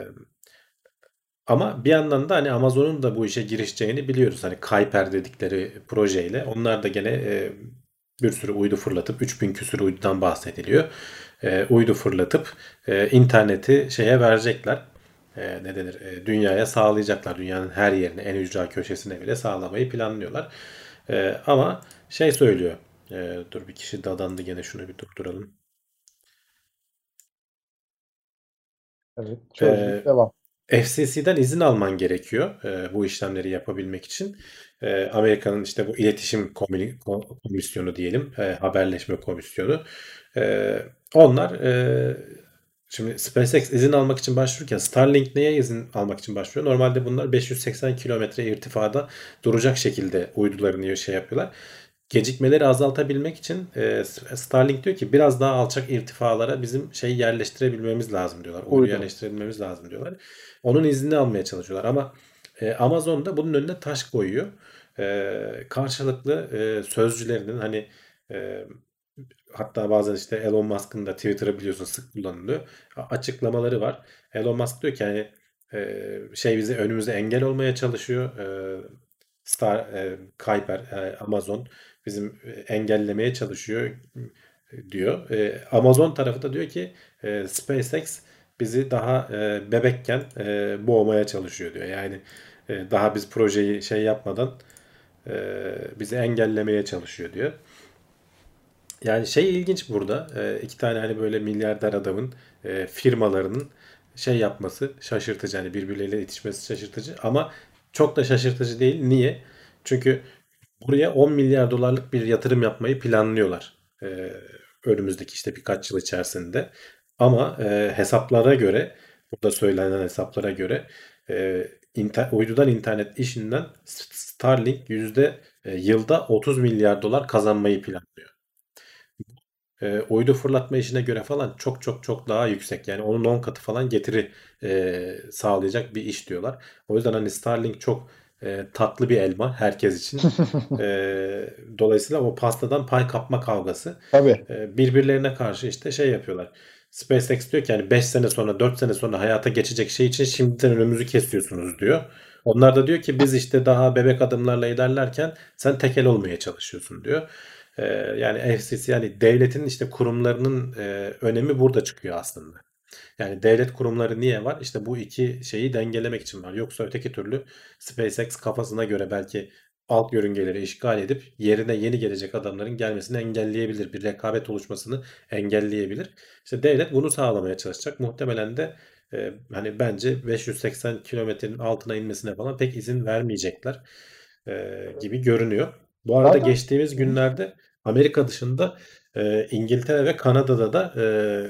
Ama bir yandan da hani Amazon'un da bu işe girişeceğini biliyoruz. Hani Kuiper dedikleri projeyle. Onlar da gene e, bir sürü uydu fırlatıp üç bin küsur uydudan bahsediliyor. E, uydu fırlatıp e, interneti şeye verecekler. E, ne denir? E, dünyaya sağlayacaklar. Dünyanın her yerine, en ücra köşesine bile sağlamayı planlıyorlar. E, ama şey söylüyor. E, dur bir kişi dadandı gene, şunu bir durduralım. Evet, çözdük. E, Devam. F C C'den izin alman gerekiyor e, bu işlemleri yapabilmek için. E, Amerika'nın işte bu iletişim komü- ko- komisyonu diyelim, e, haberleşme komisyonu. E, onlar e, şimdi SpaceX izin almak için başvururken Starlink neye izin almak için başvuruyor? Normalde bunlar beş yüz seksen kilometre irtifada duracak şekilde uydularını şey yapıyorlar. Gecikmeleri azaltabilmek için e, Starlink diyor ki biraz daha alçak irtifalara bizim şey yerleştirebilmemiz lazım diyorlar. Uydu Uydu. yerleştirebilmemiz lazım diyorlar. Onun iznini almaya çalışıyorlar ama e, Amazon da bunun önüne taş koyuyor. E, karşılıklı e, sözcülerinin hani e, hatta bazen işte Elon Musk'ın da Twitter'ı biliyorsun sık kullanılıyor. Açıklamaları var. Elon Musk diyor ki hani e, şey bize önümüze engel olmaya çalışıyor. E, Star, e, Kuiper, e, Amazon bizim e, engellemeye çalışıyor e, diyor. E, Amazon tarafı da diyor ki e, SpaceX bizi daha e, bebekken e, boğmaya çalışıyor diyor. Yani e, daha biz projeyi şey yapmadan e, bizi engellemeye çalışıyor diyor. Yani şey ilginç burada. E, iki tane hani böyle milyarder adamın e, firmalarının şey yapması şaşırtıcı. Hani birbirleriyle itişmesi şaşırtıcı. Ama çok da şaşırtıcı değil. Niye? Çünkü buraya on milyar dolarlık bir yatırım yapmayı planlıyorlar. E, önümüzdeki işte birkaç yıl içerisinde. Ama e, hesaplara göre, burada söylenen hesaplara göre e, inter- uydudan internet işinden Starlink yüzde e, yılda otuz milyar dolar kazanmayı planlıyor. E, uydu fırlatma işine göre falan çok çok çok daha yüksek. Yani onun on katı falan getiri e, sağlayacak bir iş diyorlar. O yüzden hani Starlink çok e, tatlı bir elma herkes için. E, dolayısıyla o pastadan pay kapma kavgası. Tabii. E, birbirlerine karşı işte şey yapıyorlar. SpaceX diyor ki yani beş sene sonra dört sene sonra hayata geçecek şey için şimdiden önümüzü kesiyorsunuz diyor. Onlar da diyor ki biz işte daha bebek adımlarla ilerlerken sen tekel olmaya çalışıyorsun diyor. Ee, yani F C C, yani devletin işte kurumlarının e, önemi burada çıkıyor aslında. Yani devlet kurumları niye var? İşte bu iki şeyi dengelemek için var. Yoksa öteki türlü SpaceX kafasına göre belki alt yörüngeleri işgal edip yerine yeni gelecek adamların gelmesini engelleyebilir. Bir rekabet oluşmasını engelleyebilir. İşte devlet bunu sağlamaya çalışacak. Muhtemelen de e, hani bence beş yüz seksen kilometrenin altına inmesine falan pek izin vermeyecekler. e, gibi görünüyor. Bu arada Zaten geçtiğimiz hı hı. günlerde Amerika dışında e, İngiltere ve Kanada'da da e,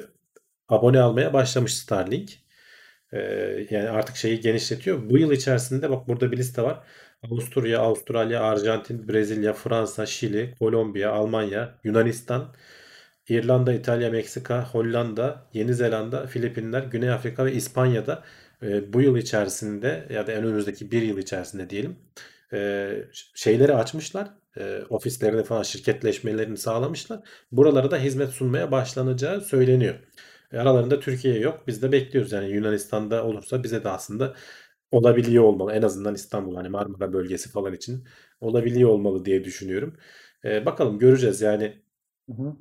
abone almaya başlamış Starlink. E, Yani artık şeyi genişletiyor. Bu yıl içerisinde bak burada bir liste var. Avusturya, Avustralya, Arjantin, Brezilya, Fransa, Şili, Kolombiya, Almanya, Yunanistan, İrlanda, İtalya, Meksika, Hollanda, Yeni Zelanda, Filipinler, Güney Afrika ve İspanya'da e, bu yıl içerisinde ya da en önümüzdeki bir yıl içerisinde diyelim e, şeyleri açmışlar. E, ofislerini falan şirketleşmelerini sağlamışlar. Buralara da hizmet sunmaya başlanacağı söyleniyor. E, Aralarında Türkiye yok. Biz de bekliyoruz. Yani Yunanistan'da olursa bize de aslında olabiliyor olmalı. En azından İstanbul hani Marmara bölgesi falan için olabiliyor olmalı diye düşünüyorum. E, bakalım göreceğiz yani. Hı hı.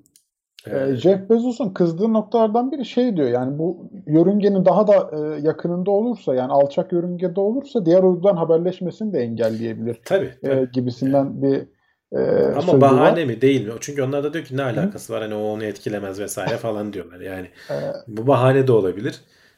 E, e, Jeff Bezos'un kızdığı noktalardan biri şey diyor, yani bu yörüngenin daha da e, yakınında olursa, yani alçak yörüngede olursa diğer uydudan haberleşmesini de engelleyebilir tabii e, tabii. Yani gibisinden bir e, ama sözü var. bahane mi değil mi? Çünkü onlar da diyor ki ne Hı hı. alakası var hani o onu etkilemez vesaire falan diyorlar. Yani E, bu bahane de olabilir.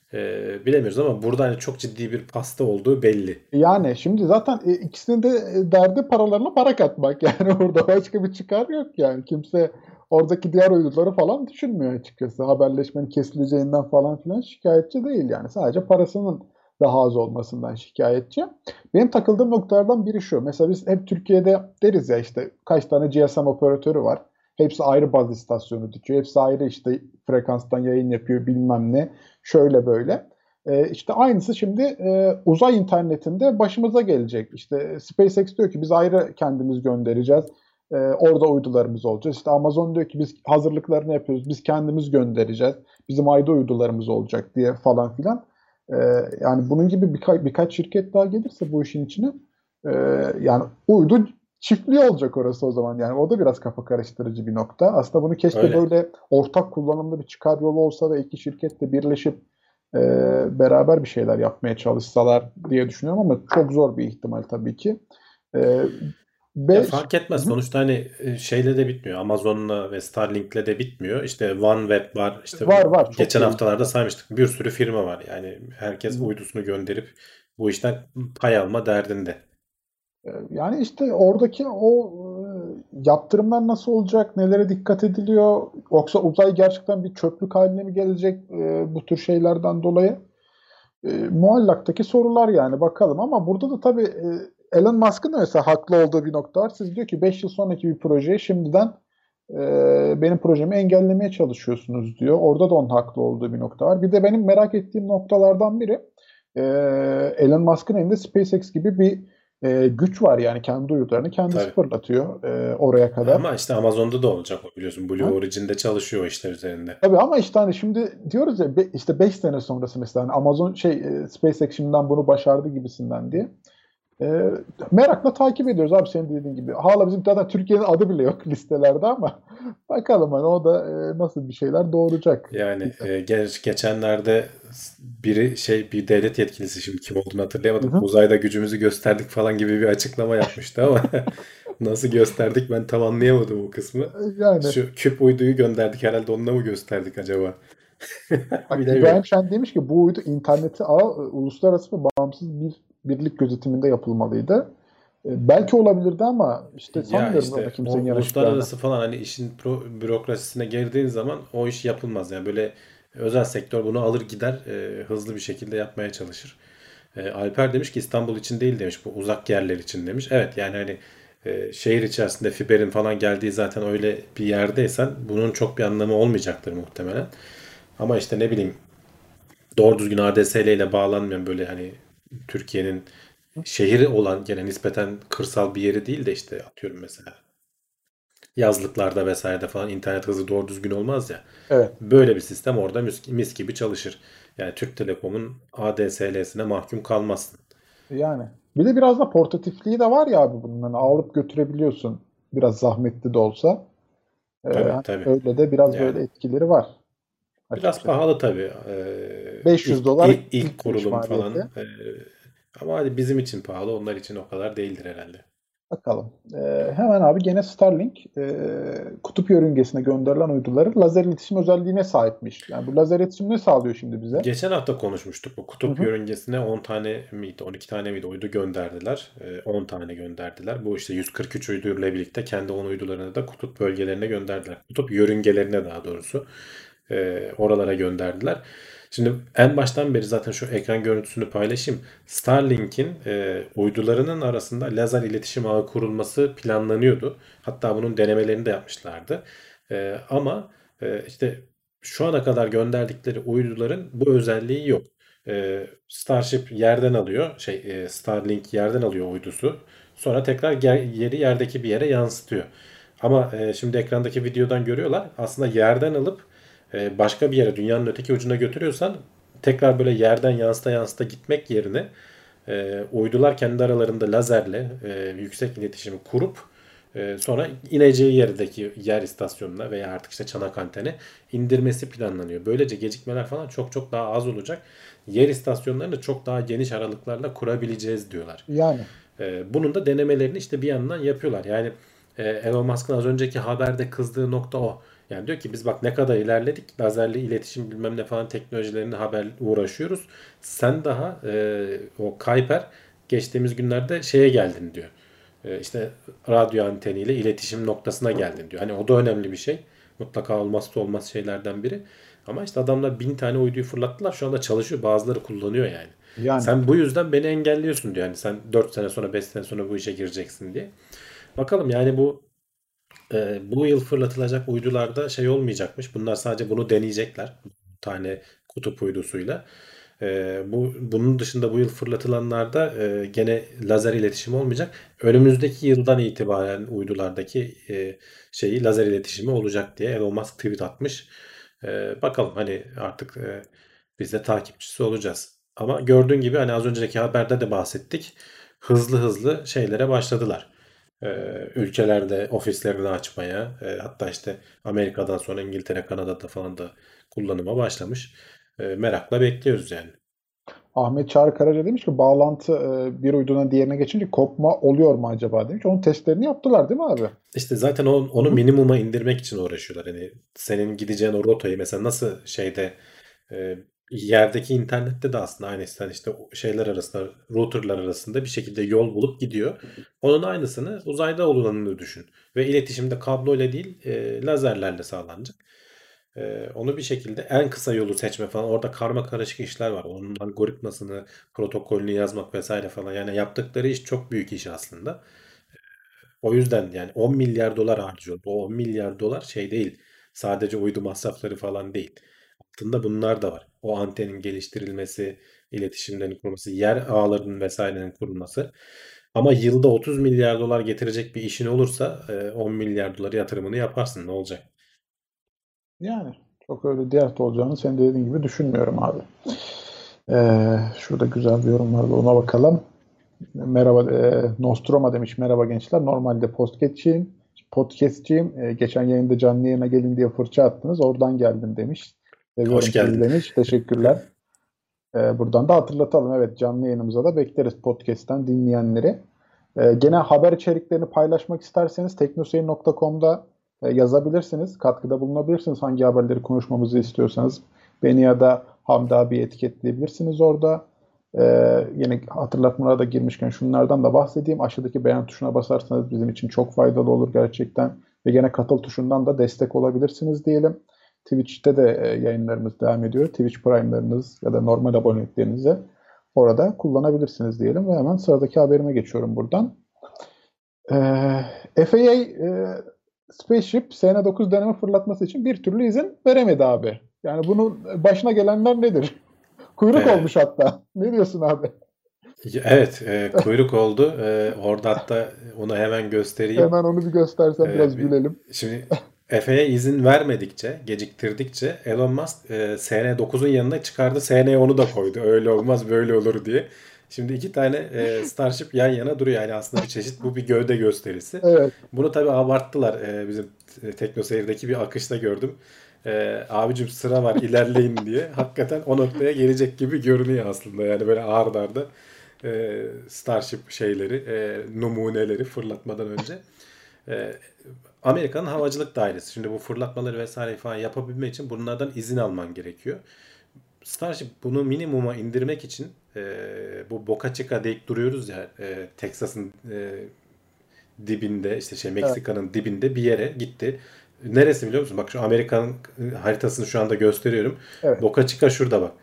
Ee, bilemiyoruz ama burada hani çok ciddi bir pasta olduğu belli. Yani şimdi zaten e, ikisinin de e, derdi paralarına para katmak. Yani orada başka bir çıkar yok yani. Kimse oradaki diğer uyduları falan düşünmüyor açıkçası. Haberleşmenin kesileceğinden falan filan şikayetçi değil yani. Sadece parasının daha az olmasından şikayetçi. Benim takıldığım noktalardan biri şu. Mesela biz hep Türkiye'de deriz ya, işte kaç tane G S M operatörü var. Hepsi ayrı baz istasyonu dikiyor. Hepsi ayrı işte frekanstan yayın yapıyor bilmem ne. Şöyle böyle. E, işte aynısı şimdi e, uzay internetinde başımıza gelecek. İşte SpaceX diyor ki biz ayrı kendimiz göndereceğiz. E, orada uydularımız olacak. İşte Amazon diyor ki biz hazırlıklarını yapıyoruz. Biz kendimiz göndereceğiz. Bizim ayda uydularımız olacak diye falan filan. E, Yani bunun gibi birka- birkaç şirket daha gelirse bu işin içine e, yani uydu çiftliği olacak orası o zaman. Yani o da biraz kafa karıştırıcı bir nokta. Aslında bunu keşke Öyle. böyle ortak kullanımlı bir çıkar yolu olsa ve iki şirket de birleşip e, beraber bir şeyler yapmaya çalışsalar diye düşünüyorum ama çok zor bir ihtimal tabii ki. E, Ya ve fark Hı etmez. hı. Sonuçta hani e, şeyle de bitmiyor. Amazon'la ve Starlink'le de bitmiyor. İşte OneWeb var. İşte Var var, çok geçen haftalarda gelişti. saymıştık. Bir sürü firma var. Yani Hı herkes hı. uydusunu gönderip bu işten pay alma derdinde. E, Yani işte oradaki o e, yaptırımlar nasıl olacak, nelere dikkat ediliyor, yoksa uzay gerçekten bir çöplük haline mi gelecek e, bu tür şeylerden dolayı? E, muallaktaki sorular yani, bakalım. Ama burada da tabii e, Elon Musk'ın da mesela haklı olduğu bir nokta var. Siz diyor ki beş yıl sonraki bir projeyi şimdiden e, benim projemi engellemeye çalışıyorsunuz diyor. Orada da onun haklı olduğu bir nokta var. Bir de benim merak ettiğim noktalardan biri, e, Elon Musk'ın elinde SpaceX gibi bir e, güç var. Yani kendi uydularını kendisi Tabii. fırlatıyor e, oraya kadar. Ama işte Amazon'da da olacak o biliyorsun. Blue Ha? Origin'de çalışıyor o işler üzerinde. Tabii ama işte hani şimdi diyoruz ya, be- işte beş sene sonrası mesela hani Amazon şey e, SpaceX şimdiden bunu başardı gibisinden diye. E, Merakla takip ediyoruz abi, senin dediğin gibi. Hala bizim zaten Türkiye'nin adı bile yok listelerde ama bakalım hani o da e, nasıl bir şeyler doğuracak. Yani e, ge- geçenlerde biri şey bir devlet yetkilisi şimdi kim olduğunu Hı hatırlayamadım. hı. Uzayda gücümüzü gösterdik falan gibi bir açıklama yapmıştı ama nasıl gösterdik ben tam anlayamadım o kısmı. Yani Şu küp uyduyu gönderdik herhalde onunla mı gösterdik acaba? bak, Bilemiyorum. İbrahim Şen demiş ki bu uydu interneti ağ e, uluslararası ve bağımsız bir birlik gözetiminde yapılmalıydı. E, belki olabilirdi ama işte Ya sanmıyorum ona işte o kimsenin yanaşacağını. uluslararası falan hani işin pro- bürokrasisine girdiğin zaman o iş yapılmaz. Yani böyle özel sektör bunu alır gider e, hızlı bir şekilde yapmaya çalışır. E, Alper demiş ki İstanbul için değil demiş bu uzak yerler için demiş. Evet yani hani e, şehir içerisinde fiberin falan geldiği zaten öyle bir yerdeysen bunun çok bir anlamı olmayacaktır muhtemelen. Ama işte ne bileyim doğru düzgün A D S L ile bağlanmayan böyle hani Türkiye'nin şehri olan gene nispeten kırsal bir yeri değil de işte atıyorum mesela yazlıklarda vesairede falan internet hızı doğru düzgün olmaz ya. Evet. Böyle bir sistem orada mis, mis gibi çalışır. Yani Türk Telekom'un A D S L'sine mahkum kalmazsın. Yani. Bir de biraz da portatifliği de var ya abi bunun. Hani alıp götürebiliyorsun. Biraz zahmetli de olsa. Ee, Tabii hani tabii. öyle de biraz böyle Yani etkileri var biraz açıkçası. pahalı tabii. Ee, beş yüz ilk, dolar ilk, ilk ilk giriş kurulum maliyeti. falan. Ee, ama hadi bizim için pahalı, onlar için o kadar değildir herhalde. Bakalım. Ee, hemen abi gene Starlink e, kutup yörüngesine gönderilen uyduları lazer iletişim özelliğine sahipmiş. Yani bu lazer iletişim ne sağlıyor şimdi bize? Geçen hafta konuşmuştuk. Bu Hı kutup hı. yörüngesine on tane miydi, on iki tane miydi uydu gönderdiler. Ee, on tane gönderdiler. Bu işte yüz kırk üç uyduyla birlikte kendi on uydularını da kutup bölgelerine gönderdiler. Kutup yörüngelerine daha doğrusu. Ee, oralara gönderdiler. Şimdi en baştan beri zaten şu ekran görüntüsünü paylaşayım. Starlink'in e, uydularının arasında lazer iletişim ağı kurulması planlanıyordu. Hatta bunun denemelerini de yapmışlardı. E, ama e, işte şu ana kadar gönderdikleri uyduların bu özelliği yok. E, Starship yerden alıyor, şey e, Starlink yerden alıyor uydusu. Sonra tekrar ger- yeri yerdeki bir yere yansıtıyor. Ama e, şimdi ekrandaki videodan görüyorlar. Aslında yerden alıp e, başka bir yere dünyanın öteki ucuna götürüyorsan tekrar böyle yerden yansıta yansıta gitmek yerine e, uydular kendi aralarında lazerle e, yüksek iletişimi kurup e, sonra ineceği yerdeki yer istasyonuna veya artık işte çanak antene indirmesi planlanıyor. Böylece gecikmeler falan çok çok daha az olacak. Yer istasyonlarını çok daha geniş aralıklarla kurabileceğiz diyorlar. Yani E, bunun da denemelerini işte bir yandan yapıyorlar. Yani e, Elon Musk'ın az önceki haberde kızdığı nokta o. Yani diyor ki biz bak ne kadar ilerledik. Lazerli iletişim bilmem ne falan teknolojilerini haber uğraşıyoruz. Sen daha e, o Kuiper geçtiğimiz günlerde şeye geldin diyor. E, işte radyo anteniyle iletişim noktasına geldin diyor. Hani o da önemli bir şey. Mutlaka olmazsa olmaz şeylerden biri. Ama işte adamlar bin tane uyduyu fırlattılar. Şu anda çalışıyor. Bazıları kullanıyor yani. yani Sen bu yüzden beni engelliyorsun diyor. Yani sen dört sene sonra beş sene sonra bu işe gireceksin diye. Bakalım yani bu e, bu yıl fırlatılacak uydularda şey olmayacakmış. Bunlar sadece bunu deneyecekler. Bir tane kutup uydusuyla. E, bu bunun dışında bu yıl fırlatılanlarda e, gene lazer iletişimi olmayacak. Önümüzdeki yıldan itibaren uydulardaki e, şeyi lazer iletişimi olacak diye Elon Musk tweet atmış. E, bakalım hani artık e, biz de takipçisi olacağız. Ama gördüğün gibi hani az önceki haberde de bahsettik. Hızlı hızlı şeylere başladılar. E, Ülkelerde ofislerini açmaya, e, hatta işte Amerika'dan sonra İngiltere, Kanada'da falan da kullanıma başlamış. E, merakla bekliyoruz yani. Ahmet Çağrı Karaca demiş ki bağlantı e, bir uyduna diğerine geçince kopma oluyor mu acaba demiş. Onun testlerini yaptılar değil mi abi? İşte zaten onu, Hı onu hı. minimuma indirmek için uğraşıyorlar. Hani senin gideceğin o rotayı mesela nasıl şeyde e, yerdeki internette de aslında aynısı. Hani işte o şeyler arasında, routerlar arasında bir şekilde yol bulup gidiyor. Onun aynısını uzayda olanını düşün. Ve iletişimde kabloyla değil, e, lazerlerle sağlanacak. E, onu bir şekilde en kısa yolu seçme falan. Orada karma karışık işler var. Onun algoritmasını, protokolünü yazmak vesaire falan. Yani yaptıkları iş çok büyük iş aslında. O yüzden yani on milyar dolar harcıyor. O on milyar dolar şey değil. Sadece uydu masrafları falan değil. Altında bunlar da var. O antenin geliştirilmesi, iletişimlerin kurulması, yer ağlarının vesairenin kurulması. Ama yılda otuz milyar dolar getirecek bir işin olursa e, on milyar doları yatırımını yaparsın. Ne olacak? Yani çok öyle dert olacağını senin de dediğin gibi düşünmüyorum abi. Ee, şurada güzel bir yorum vardı ona bakalım. Merhaba e, Nostroma demiş. Merhaba gençler. Normalde podcastçiyim. Podcastçiyim. E, geçen yayında canlı yayına gelin diye fırça attınız. Oradan geldim demiş. Hoş Seviyorum sizi geldin. demiş. Teşekkürler. E, buradan da hatırlatalım. Evet canlı yayınımıza da bekleriz podcast'ten dinleyenleri. E, gene haber içeriklerini paylaşmak isterseniz teknoseyir nokta com'da e, yazabilirsiniz. Katkıda bulunabilirsiniz. Hangi haberleri konuşmamızı istiyorsanız beni ya da Hamdi abi etiketleyebilirsiniz orada. E, yine hatırlatmalara da girmişken şunlardan da bahsedeyim. Aşağıdaki beğen tuşuna basarsanız bizim için çok faydalı olur gerçekten. Ve gene katıl tuşundan da destek olabilirsiniz diyelim. Twitch'te de e, yayınlarımız devam ediyor. Twitch Prime'larınız ya da normal aboneliklerinizi orada kullanabilirsiniz diyelim. Ve hemen sıradaki haberime geçiyorum buradan. Ee, F A A e, Spaceship S N dokuz deneme fırlatması için bir türlü izin veremedi abi. Yani bunun başına gelenler nedir? Kuyruk E, olmuş hatta. Ne diyorsun abi? evet, e, kuyruk oldu. E, orada hatta onu hemen göstereyim. Hemen onu bir göstersen Ee, biraz bir- gülelim. şimdi F A A izin vermedikçe, geciktirdikçe Elon Musk e, S N dokuzun yanına çıkardı. S N onu da koydu. Öyle olmaz, böyle olur diye. Şimdi iki tane e, Starship yan yana duruyor. Yani aslında bir çeşit bu bir gövde gösterisi. Evet. Bunu tabii abarttılar. E, bizim e, TeknoSeyir'deki bir akışta gördüm. E, abicim sıra var ilerleyin diye. Hakikaten o noktaya gelecek gibi görünüyor aslında. Yani böyle ağır darda e, Starship şeyleri, e, numuneleri fırlatmadan önce. E, Amerika'nın Havacılık Dairesi. Şimdi bu fırlatmaları vesaire falan yapabilmek için bunlardan izin alman gerekiyor. Starship bunu minimuma indirmek için e, bu Boca Chica deyip duruyoruz ya, e, Texas'ın e, dibinde, işte şey Evet, Meksika'nın dibinde bir yere gitti. Neresi biliyor musun? Bak, şu Amerika'nın e, haritasını şu anda gösteriyorum. evet. Boca Chica şurada bak.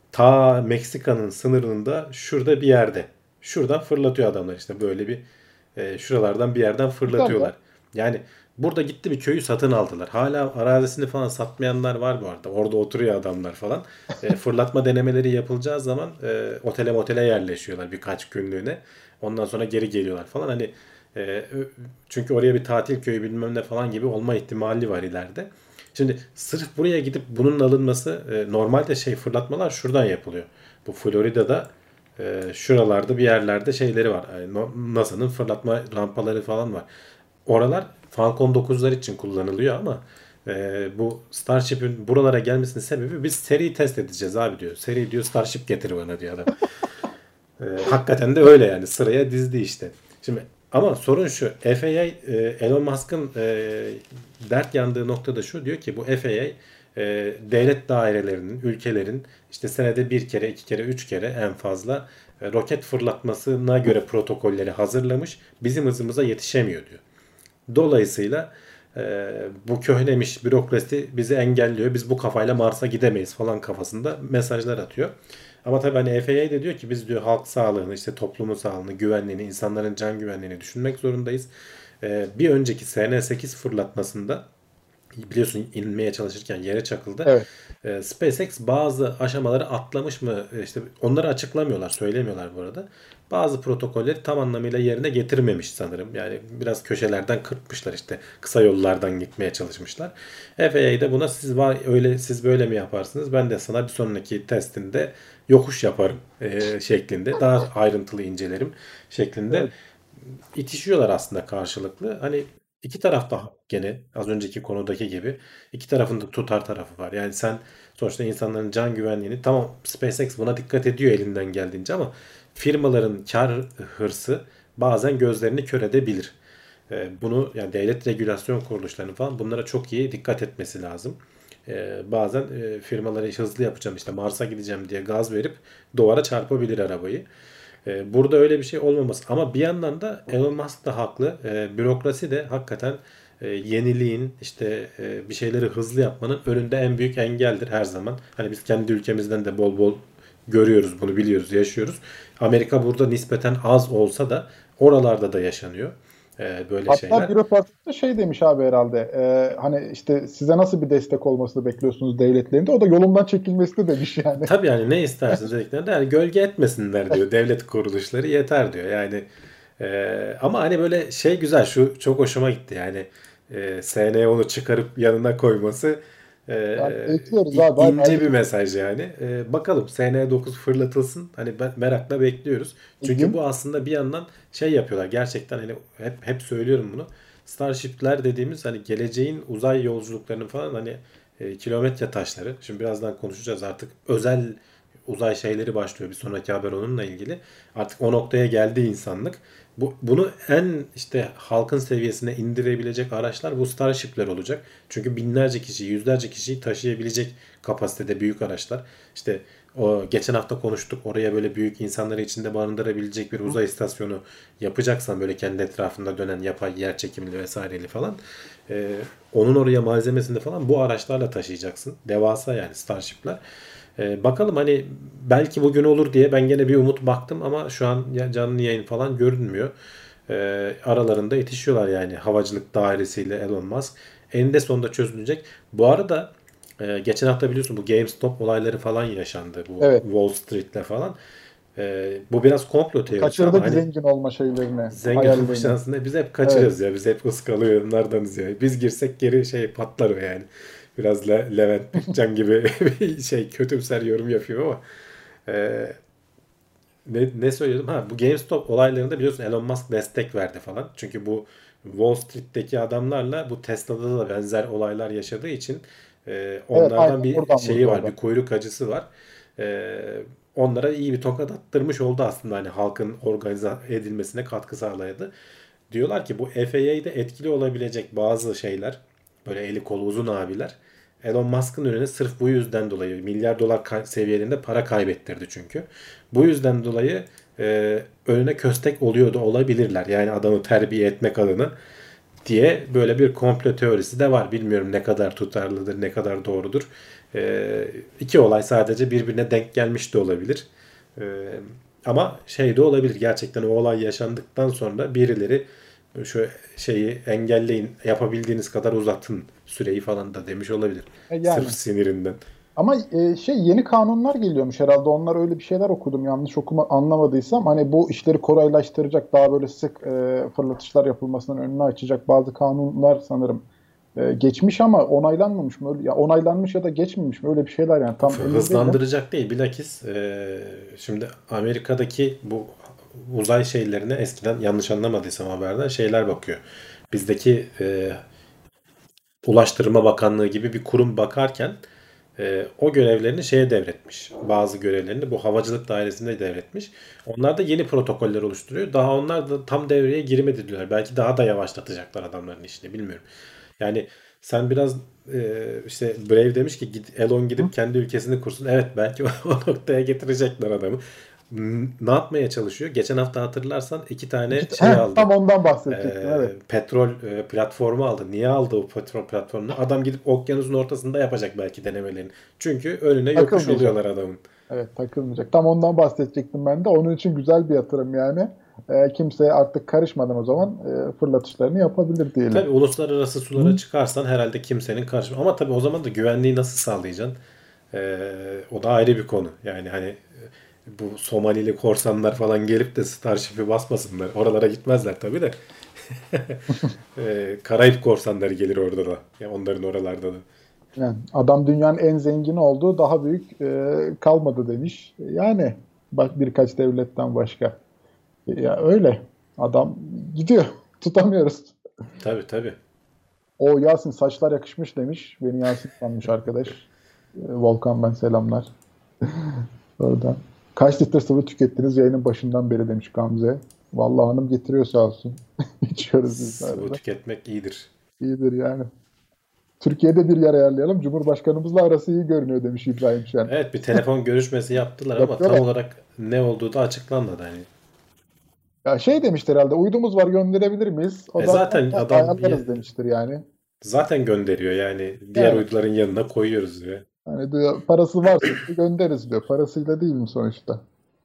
Ta Meksika'nın sınırında şurada bir yerde. Şuradan fırlatıyor adamlar, işte böyle bir e, şuralardan bir yerden Güzel fırlatıyorlar. ya. Yani burada gitti bir köyü satın aldılar. Hala arazisini falan satmayanlar var bu arada. Orada oturuyor adamlar falan. E, fırlatma denemeleri yapılacağı zaman e, otele motele yerleşiyorlar birkaç günlüğüne. Ondan sonra geri geliyorlar falan. Hani e, çünkü oraya bir tatil köyü bilmem ne falan gibi olma ihtimali var ileride. Şimdi sırf buraya gidip bunun alınması, e, normalde şey fırlatmalar şuradan yapılıyor. Bu Florida'da e, şuralarda bir yerlerde şeyleri var. Yani no- NASA'nın fırlatma rampaları falan var. Oralar Falcon dokuzlar için kullanılıyor ama e, bu Starship'in buralara gelmesinin sebebi, biz seri test edeceğiz abi diyor. Seri diyor, Starship getir bana diyor adam. E, hakikaten de öyle yani, sıraya dizdi işte. Şimdi ama sorun şu, F A A, e, Elon Musk'ın e, dert yandığı nokta da şu, diyor ki bu F A A e, devlet dairelerinin, ülkelerin işte senede bir kere, iki kere, üç kere en fazla e, roket fırlatmasına göre protokolleri hazırlamış. Bizim hızımıza yetişemiyor diyor. Dolayısıyla e, bu köhnemiş bürokrasi bizi engelliyor. Biz bu kafayla Mars'a gidemeyiz falan kafasında mesajlar atıyor. Ama tabii hani F A A de diyor ki biz diyor halk sağlığını, işte toplumun sağlığını, güvenliğini, insanların can güvenliğini düşünmek zorundayız. E, bir önceki S N sekiz fırlatmasında biliyorsun inmeye çalışırken yere çakıldı. Evet. E, SpaceX bazı aşamaları atlamış mı? E, işte onları açıklamıyorlar, söylemiyorlar bu arada. Bazı protokolleri tam anlamıyla yerine getirmemiş sanırım. Yani biraz köşelerden kırpmışlar, işte kısa yollardan gitmeye çalışmışlar. F A A de buna siz var öyle, siz böyle mi yaparsınız? Ben de sana bir sonraki testinde yokuş yaparım e, şeklinde, daha ayrıntılı incelerim şeklinde Evet. itişiyorlar aslında karşılıklı. Hani iki taraf da gene az önceki konudaki gibi iki tarafın da tutar tarafı var. Yani sen sonuçta insanların can güvenliğini, tamam SpaceX buna dikkat ediyor elinden geldiğince ama firmaların kar hırsı bazen gözlerini kör edebilir. Ee, Bunu yani devlet regülasyon kuruluşlarının falan bunlara çok iyi dikkat etmesi lazım. Ee, bazen e, firmaları hızlı yapacağım, işte Mars'a gideceğim diye gaz verip duvara çarpabilir arabayı. Ee, burada öyle bir şey olmaması. Ama bir yandan da Elon Musk da haklı. Ee, bürokrasi de hakikaten e, yeniliğin, işte e, bir şeyleri hızlı yapmanın önünde en büyük engeldir her zaman. Hani biz kendi ülkemizden de bol bol görüyoruz, bunu biliyoruz, yaşıyoruz. Amerika burada nispeten az olsa da oralarda da yaşanıyor e, böyle Hatta şeyler. bürokrat şey demiş abi herhalde. E, hani işte size nasıl bir destek olmasını bekliyorsunuz devletlerinde? O da yolundan çekilmesini demiş yani. Tabii yani ne istersiniz dediklerinde yani gölge etmesinler diyor devlet kuruluşları, yeter diyor. Yani e, ama hani böyle şey güzel, şu çok hoşuma gitti yani, e, S N onu çıkarıp yanına koyması e, Yani bekliyoruz i- abi. Hayır, ince bir ayrıca mesaj yani. E, bakalım S N dokuz fırlatılsın, hani ben merakla bekliyoruz. Çünkü bu gün aslında bir yandan şey yapıyorlar gerçekten, hani hep hep söylüyorum bunu. Starship'ler dediğimiz hani geleceğin uzay yolculuklarının falan hani e, kilometre taşları. Şimdi birazdan konuşacağız, artık özel uzay şeyleri başlıyor. Bir sonraki haber onunla ilgili. Artık o noktaya geldi insanlık. Bu, bunu en işte halkın seviyesine indirebilecek araçlar bu Starship'ler olacak. Çünkü binlerce kişiyi, yüzlerce kişiyi taşıyabilecek kapasitede büyük araçlar. İşte o geçen hafta konuştuk. Oraya böyle büyük insanları içinde barındırabilecek bir uzay istasyonu yapacaksan, böyle kendi etrafında dönen yapay yer çekimli vesaireli falan. e, Onun oraya malzemesini falan bu araçlarla taşıyacaksın. Devasa yani Starship'ler. Ee, bakalım hani belki bugün olur diye ben gene bir umut baktım ama şu an ya- canlı yayın falan görünmüyor. Ee, aralarında itişiyorlar yani havacılık dairesiyle Elon Musk. Eninde sonunda çözülecek. Bu arada e, geçen hafta biliyorsun bu GameStop olayları falan yaşandı. Bu evet. Wall Street'le falan. Ee, bu biraz komplo teorisi ama Kaçırdık hani zengin olma şeylerini, zengin olma hayallerini. şansını biz hep Evet. kaçırırız ya. Biz hep ıskalıyorlardanız ya. Biz girsek geri şey patlar o yani. Biraz Le Levent Bütcan gibi bir şey kötümser yorum yapıyor ama e, ne, ne söylüyordum? Ha, bu GameStop olaylarında biliyorsun Elon Musk destek verdi falan. Çünkü bu Wall Street'teki adamlarla bu Tesla'da da benzer olaylar yaşadığı için e, Evet, onlardan aynen bir buradan şeyi vurdu o var, da. bir kuyruk acısı var. E, onlara iyi bir tokat attırmış oldu aslında, hani halkın organize edilmesine katkı sağladı. Diyorlar ki bu F A A'de etkili olabilecek bazı şeyler, böyle eli kolu uzun abiler, Elon Musk'ın önüne sırf bu yüzden dolayı milyar dolar kay- seviyelerinde para kaybettirdi çünkü. Bu yüzden dolayı e, önüne köstek oluyor da olabilirler. Yani adamı terbiye etmek adına diye böyle bir komplo teorisi de var. Bilmiyorum ne kadar tutarlıdır, ne kadar doğrudur. E, iki olay sadece birbirine denk gelmiş de olabilir. E, Ama şey de olabilir. Gerçekten o olay yaşandıktan sonra birileri şu şeyi engelleyin, yapabildiğiniz kadar uzatın süreyi falan da demiş olabilir. E, Sırf Yani sinirinden. ama e, şey yeni kanunlar geliyormuş herhalde. Onlar öyle bir şeyler okudum yanlış okuma anlamadıysam. Hani bu işleri kolaylaştıracak, daha böyle sık e, fırlatışlar yapılmasının önünü açacak bazı kanunlar sanırım e, geçmiş ama onaylanmamış mı? Öyle, ya onaylanmış ya da geçmemiş mi? Öyle bir şeyler yani tam emin değilim. Hızlandıracak değil. Bilakis e, şimdi Amerika'daki bu uzay şeylerine eskiden, yanlış anlamadıysam haberden, şeyler bakıyor. Bizdeki e, Ulaştırma Bakanlığı gibi bir kurum bakarken e, o görevlerini şeye devretmiş. Bazı görevlerini bu havacılık dairesinde devretmiş. Onlar da yeni protokoller oluşturuyor. Daha onlar da tam devreye girmedi diyorlar. Belki daha da yavaşlatacaklar adamların işini, bilmiyorum. Yani sen biraz e, işte Brave demiş ki git, Elon Hı? gidip kendi ülkesini kursun. Evet, belki o, o noktaya getirecekler adamı. M- Ne yapmaya çalışıyor? Geçen hafta hatırlarsan iki tane İki, şey heh, aldı. tam ondan bahsedecektim, E, evet. petrol e, platformu aldı. Niye aldı o petrol platformunu? Adam gidip okyanusun ortasında yapacak belki denemelerini. Çünkü önüne yokuş Takılmayacak. oluyorlar adamın. Evet, takılmayacak. Tam ondan bahsedecektim ben de. Onun için güzel bir yatırım yani. E, kimse artık karışmadan o zaman e, fırlatışlarını yapabilir diyelim. Tabii uluslararası sulara Hı? çıkarsan herhalde kimsenin karşı, ama tabii o zaman da güvenliği nasıl sağlayacaksın? Ee, o da ayrı bir konu. Yani hani e, bu Somalili korsanlar falan gelip de Starship'i basmasınlar. Oralara gitmezler tabii de. Ee, Karayip korsanları gelir orada da. Ya onların oralarda da. Yani adam dünyanın en zengini olduğu daha büyük e, kalmadı demiş. Yani bak birkaç devletten başka. E, Ya öyle. Adam gidiyor. Tutamıyoruz. Tabii tabii. O Yasin saçlar yakışmış demiş. Beni Yasin sanmış arkadaş. E, Volkan ben selamlar. Oradan. Kaç litre sıvı tükettiniz yayının başından beri demiş Gamze. Vallahi hanım getiriyor sağ olsun. İçiyoruz biz de Sıvı arada. tüketmek iyidir. İyidir yani. Türkiye'de bir yer ayarlayalım. Cumhurbaşkanımızla arası iyi görünüyor demiş İbrahim Şen. Evet, bir telefon görüşmesi yaptılar ama tam Yapıyorlar. olarak ne olduğu da açıklanmadı hani. Ya şey demiştir herhalde, uydumuz var gönderebilir miyiz? O E da zaten adam ayarlarız demiştir yani. zaten gönderiyor yani, diğer Yani uyduların yanına koyuyoruz diyor. hani diyor, parası varsa göndeririz diyor. Parasıyla değil mi sonuçta?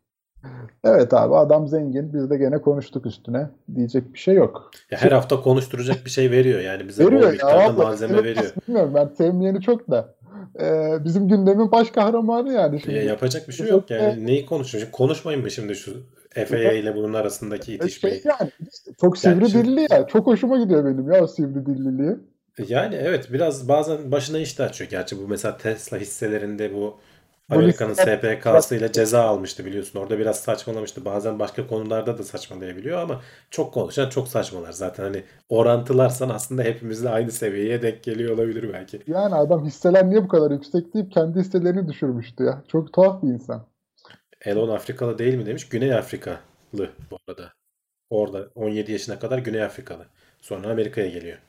Evet abi, adam zengin. Biz de gene konuştuk üstüne. Diyecek bir şey yok. Ya her Şey, hafta konuşturacak bir şey veriyor yani, bize bol veriyor ya miktarda vallahi. malzeme Elon veriyor. Musk bilmiyorum, ben sevmeyeni çok da. Ee, bizim gündemin baş kahramanı yani Ya şimdi. yapacak bir şey yok Özetle yani, neyi konuşuyor? Konuşmayın mı şimdi şu F A A ile bunun arasındaki e, şey itişmeyi? yani çok Yani sivri şimdi, dilli ya. Çok hoşuma gidiyor benim ya o sivri dilliliği. yani evet, biraz bazen başına iş de açıyor. Gerçi bu mesela Tesla hisselerinde bu Bu Amerika'nın listeler S P K'sı ile ceza almıştı biliyorsun. Orada biraz saçmalamıştı. Bazen başka konularda da saçmalayabiliyor ama çok konuşan çok saçmalar. Zaten hani orantılarsan aslında hepimizle aynı seviyeye denk geliyor olabilir belki. yani adam hisseler niye bu kadar yüksek deyip kendi hisselerini düşürmüştü ya. Çok tuhaf bir insan. Elon Afrikalı değil mi demiş. Güney Afrikalı bu arada. Orada on yedi yaşına kadar Güney Afrikalı. Sonra Amerika'ya geliyor.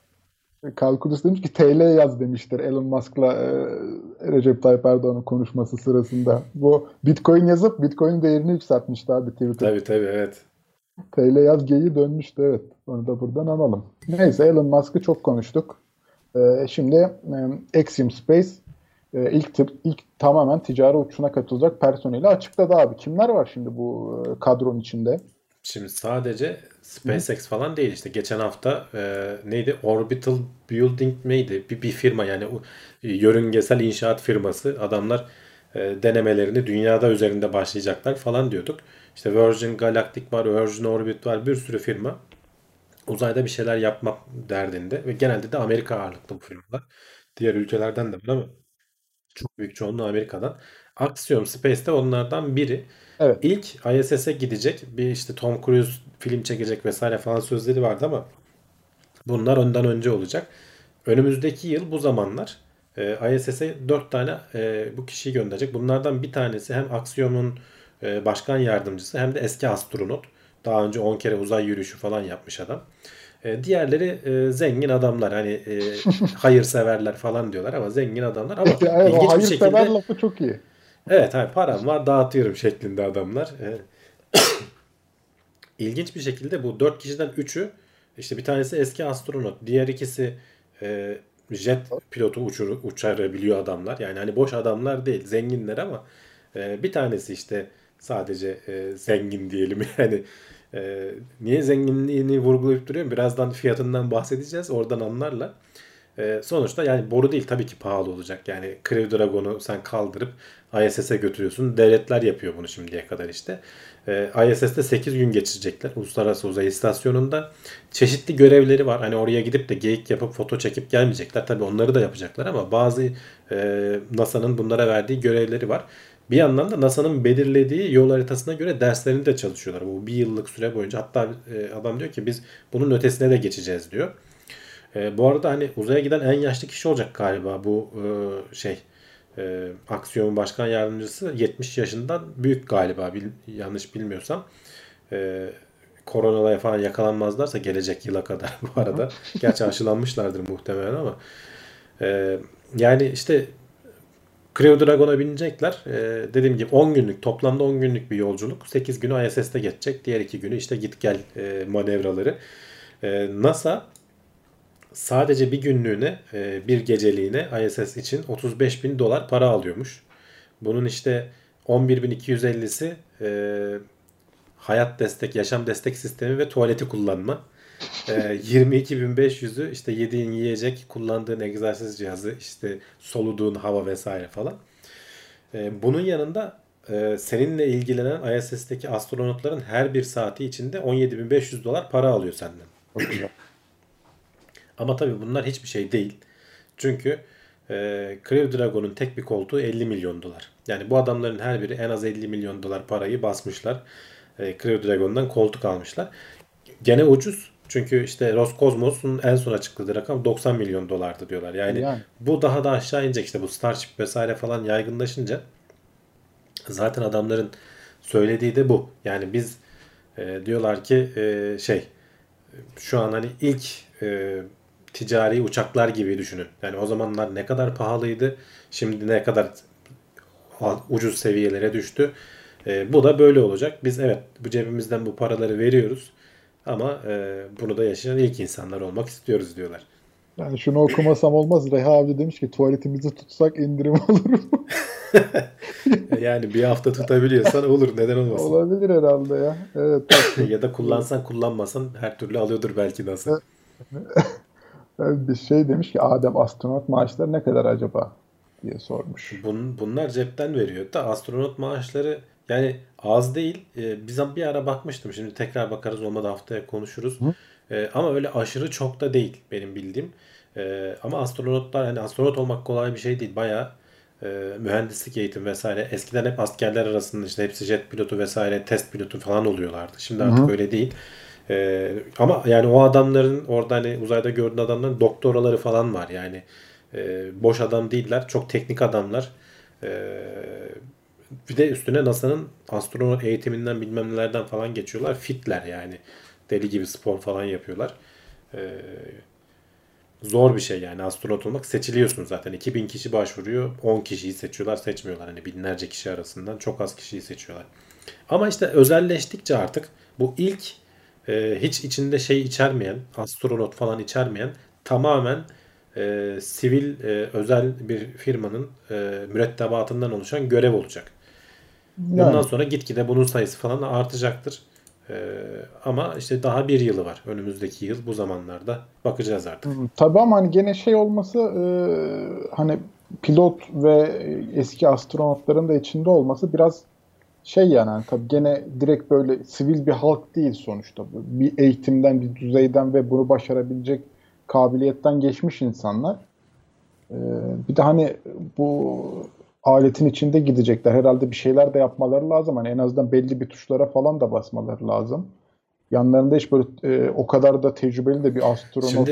Kalkulus demiş ki T L yaz demiştir Elon Musk'la e, Recep Tayyip Erdoğan'ın konuşması sırasında. Bu Bitcoin yazıp Bitcoin'in değerini yükseltmişti abi Twitter. Tabii tabii, evet. T L yaz geyiği dönmüştü, evet. Onu da buradan analım. Neyse, Elon Musk'ı çok konuştuk. E, şimdi e, Axiom Space e, ilk, tip, ilk tamamen ticari uçuşuna katılacak personeli açıkladı abi. Kimler var şimdi bu e, kadronun içinde? Şimdi sadece Hı? SpaceX falan değil, işte geçen hafta e, neydi, Orbital Building miydi, bir, bir firma yani, o, e, yörüngesel inşaat firması, adamlar e, denemelerini dünyada üzerinde başlayacaklar falan diyorduk. İşte Virgin Galactic var, Virgin Orbit var, bir sürü firma uzayda bir şeyler yapmak derdinde ve genelde de Amerika ağırlıklı bu firmalar. Diğer ülkelerden de var ama çok büyük çoğunluğu Amerika'dan. Axiom Space de onlardan biri. Evet. İlk I S S'e gidecek. Bir işte Tom Cruise film çekecek vesaire falan sözleri vardı ama bunlar ondan önce olacak. Önümüzdeki yıl bu zamanlar e, I S S'e dört tane e, bu kişiyi gönderecek. Bunlardan bir tanesi hem Axiom'un e, başkan yardımcısı hem de eski astronot. Daha önce on kere uzay yürüyüşü falan yapmış adam. E, diğerleri e, zengin adamlar. Hani e, hayırseverler falan diyorlar ama zengin adamlar. Ama Evet, o ilginç bir hayırsever şekilde lafı çok iyi. evet, hani param var dağıtıyorum şeklinde adamlar. E, İlginç bir şekilde bu dört kişiden üçü işte bir tanesi eski astronot, diğer ikisi e, jet pilotu uçur, uçarabiliyor adamlar. Yani hani boş adamlar değil, zenginler ama e, bir tanesi işte sadece e, zengin diyelim yani. E, niye zenginliğini vurgulayıp duruyorum? Birazdan fiyatından bahsedeceğiz. Oradan anlarlar. E, sonuçta yani boru değil, tabii ki pahalı olacak. Yani Crew Dragon'u sen kaldırıp I S S'e götürüyorsun. Devletler yapıyor bunu şimdiye kadar işte. E, I S S'te sekiz gün geçirecekler. Uluslararası Uzay İstasyonu'nda. Çeşitli görevleri var. Hani oraya gidip de geyik yapıp foto çekip gelmeyecekler. Tabii onları da yapacaklar ama bazı e, NASA'nın bunlara verdiği görevleri var. Bir yandan da NASA'nın belirlediği yol haritasına göre derslerini de çalışıyorlar. Bu bir yıllık süre boyunca. Hatta e, adam diyor ki biz bunun ötesine de geçeceğiz diyor. E, bu arada hani uzaya giden en yaşlı kişi olacak galiba bu e, şey e, Aksiyon'un başkan yardımcısı yetmiş yaşından büyük galiba, bil- yanlış bilmiyorsam. E, Koronaya falan yakalanmazlarsa gelecek yıla kadar bu Hı hı. arada. Gerçi aşılanmışlardır muhtemelen ama e, yani işte Crew Dragon'a binecekler. E, dediğim gibi on günlük, toplamda on günlük bir yolculuk. sekiz günü I S S'te geçecek. Diğer iki günü işte git gel e, manevraları. E, NASA sadece bir günlüğüne, e, bir geceliğine I S S için otuz beş bin dolar para alıyormuş. Bunun işte on bir bin iki yüz ellisi e, hayat destek, yaşam destek sistemi ve tuvaleti kullanma. E, yirmi iki bin beş yüzü işte yediğin yiyecek, kullandığın egzersiz cihazı, işte soluduğun hava vesaire falan. E, bunun yanında e, seninle ilgilenen I S S'teki astronotların her bir saati içinde on yedi bin beş yüz dolar para alıyor senden. Çok güzel. Ama tabii bunlar hiçbir şey değil. Çünkü e, Crew Dragon'un tek bir koltuğu elli milyon dolar. Yani bu adamların her biri en az elli milyon dolar parayı basmışlar. E, Crew Dragon'dan koltuk almışlar. Gene ucuz. Çünkü işte Roscosmos'un en son açıkladığı rakam doksan milyon dolardı diyorlar. Yani Yani bu daha da aşağı inecek, işte bu Starship vesaire falan yaygınlaşınca zaten adamların söylediği de bu. Yani biz e, diyorlar ki e, şey şu an hani ilk e, ticari uçaklar gibi düşünün. Yani o zamanlar ne kadar pahalıydı, şimdi ne kadar ucuz seviyelere düştü. E, bu da böyle olacak. Biz evet bu cebimizden bu paraları veriyoruz ama e, bunu da yaşayan ilk insanlar olmak istiyoruz diyorlar. yani şunu okumasam olmaz. Reha abi demiş ki tuvaletimizi tutsak indirim olur mu? Yani bir hafta tutabiliyorsan olur, neden olmasın. Olabilir herhalde ya. Evet bak. Ya da Evet. kullansan kullanmasan her türlü alıyordur belki nasıl. Evet, bir şey demiş ki Adem astronot maaşları ne kadar acaba diye sormuş. Bun, bunlar cepten veriyor da astronot maaşları yani az değil. Ee, biz bir ara bakmıştım. Şimdi tekrar bakarız, olmadı haftaya konuşuruz. Hı? Ee, ama öyle aşırı çok da değil benim bildiğim. Ee, ama astronotlar, hani astronot olmak kolay bir şey değil. Bayağı e, mühendislik eğitim vesaire. Eskiden hep askerler arasında işte hepsi jet pilotu vesaire, test pilotu falan oluyorlardı. Şimdi Hı artık hı. öyle değil. Ee, ama yani o adamların orada hani uzayda gördüğün adamların doktoraları falan var yani. Ee, boş adam değiller. Çok teknik adamlar. Ee, bir de üstüne NASA'nın astronot eğitiminden bilmem nelerden falan geçiyorlar. Fitler yani. Deli gibi spor falan yapıyorlar. Ee, zor bir şey yani astronot olmak. Seçiliyorsun zaten. iki bin kişi başvuruyor. on kişiyi seçiyorlar, seçmiyorlar. Hani binlerce kişi arasından çok az kişiyi seçiyorlar. Ama işte özelleştikçe artık bu ilk e, hiç içinde şey içermeyen, astronot falan içermeyen, tamamen e, sivil e, özel bir firmanın e, mürettebatından oluşan görev olacak. Bundan Yani sonra gitgide bunun sayısı falan artacaktır. E, ama işte daha bir yılı var. Önümüzdeki yıl bu zamanlarda bakacağız artık. hı, tabii ama hani gene şey olması e, hani pilot ve eski astronotların da içinde olması biraz şey yani hani tabii gene direkt böyle sivil bir halk değil sonuçta. Bir eğitimden, bir düzeyden ve bunu başarabilecek kabiliyetten geçmiş insanlar. Ee, bir de hani bu aletin içinde gidecekler. Herhalde bir şeyler de yapmaları lazım. Hani en azından belli bir tuşlara falan da basmaları lazım. Yanlarında hiç böyle e, o kadar da tecrübeli de bir astronot. Şimdi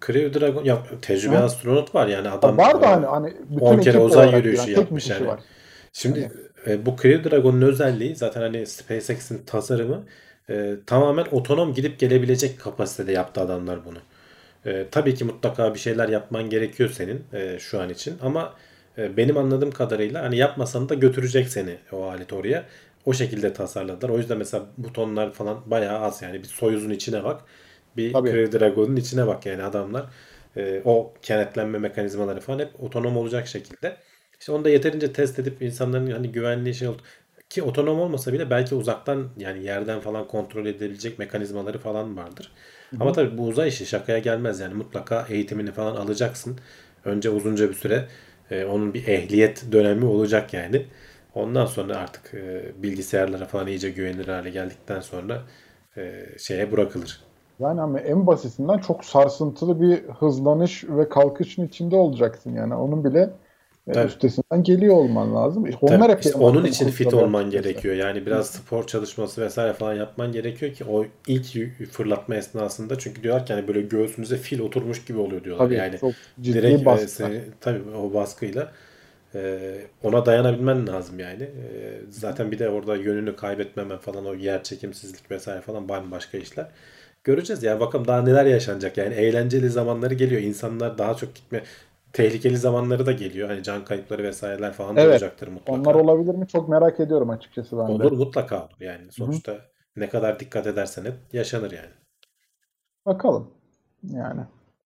Crew Dragon ya tecrübe Ha? astronot var yani Ya adam var da e, hani hani bütün on kere ekip uzay olarak yürüyüşü giden tek bir yapmış kişi yani. var. Şimdi Hani e, bu Crew Dragon'un özelliği zaten hani SpaceX'in tasarımı e, tamamen otonom gidip gelebilecek kapasitede yaptı adamlar bunu. E, tabii ki mutlaka bir şeyler yapman gerekiyor senin e, şu an için ama e, benim anladığım kadarıyla hani yapmasan da götürecek seni o alet oraya. O şekilde tasarladılar. O yüzden mesela butonlar falan bayağı az yani bir Soyuz'un içine bak. Bir tabii. Crew Dragon'un içine bak yani adamlar e, o kenetlenme mekanizmaları falan hep otonom olacak şekilde. İşte onu da yeterince test edip insanların hani güvenliği şey oldu. Ki otonom olmasa bile belki uzaktan yani yerden falan kontrol edebilecek mekanizmaları falan vardır. Hı Ama hı. tabii bu uzay işi şakaya gelmez yani mutlaka eğitimini falan alacaksın. Önce uzunca bir süre e, onun bir ehliyet dönemi olacak yani. Ondan sonra artık e, bilgisayarlara falan iyice güvenilir hale geldikten sonra e, şeye bırakılır. Yani ama en basitinden çok sarsıntılı bir hızlanış ve kalkışın içinde olacaksın yani. Onun bile e, Tabii. üstesinden geliyor olman lazım. İşte onlar Tabii hep işte benim onun aklımı için fit kurcalıyor olman açıkçası. gerekiyor. Yani Hı. biraz spor çalışması vesaire falan yapman gerekiyor ki o ilk y- fırlatma esnasında çünkü diyorlar ki hani böyle göğsünüze fil oturmuş gibi oluyor diyorlar. Tabii Yani çok ciddi direkt e, baskı var. seni, tabii o baskıyla e, ona dayanabilmen lazım yani. E, zaten bir de orada yönünü kaybetmemen falan o yer çekimsizlik vesaire falan bambaşka işler. Göreceğiz ya bakalım daha neler yaşanacak yani eğlenceli zamanları geliyor. İnsanlar daha çok gitme tehlikeli zamanları da geliyor. Hani can kayıpları vesaireler falan da Evet. olacaktır Onlar mutlaka. olabilir mi? Çok merak ediyorum açıkçası ben Olur de. mutlaka olur yani. Hı hı. Sonuçta ne kadar dikkat edersen et yaşanır yani. Bakalım. Yani.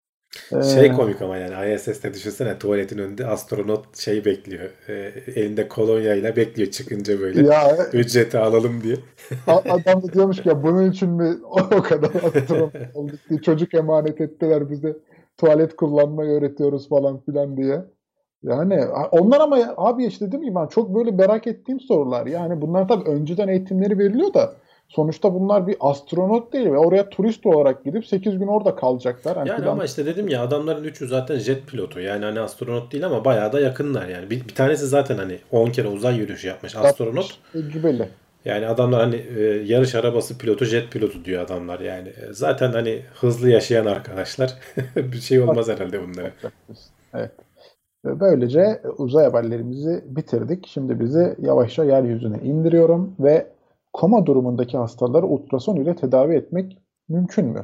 Şey Ee, komik ama yani I S S'te düşünsene tuvaletin önünde astronot şey bekliyor. E, elinde kolonyayla bekliyor çıkınca böyle ya ücreti alalım diye. a- adam da diyormuş ki ya bunun için mi o o kadar astronot olduk diye çocuk emanet ettiler bize. Tuvalet kullanmayı öğretiyoruz falan filan diye. Yani a- onlar ama ya- abi işte dediğim gibi ben çok böyle merak ettiğim sorular. Yani bunlar tabii önceden eğitimleri veriliyor da sonuçta bunlar bir astronot değil ve oraya turist olarak gidip sekiz gün orada kalacaklar. Hani Yani plan ama işte dedim ya adamların üçü zaten jet pilotu. Yani hani astronot değil ama bayağı da yakınlar yani. Bir, bir tanesi zaten hani on kere uzay yürüyüşü yapmış astronot. yapmış, tecrübeli. Yani adamlar hani e, yarış arabası pilotu, jet pilotu diyor adamlar yani. E, Zaten hani hızlı yaşayan arkadaşlar. Bir şey olmaz Bakacağız, herhalde bunlara. bakacağız. Evet. Ve böylece uzay haberlerimizi bitirdik. Şimdi bizi yavaşça yeryüzüne indiriyorum ve koma durumundaki hastaları ultrason ile tedavi etmek mümkün mü?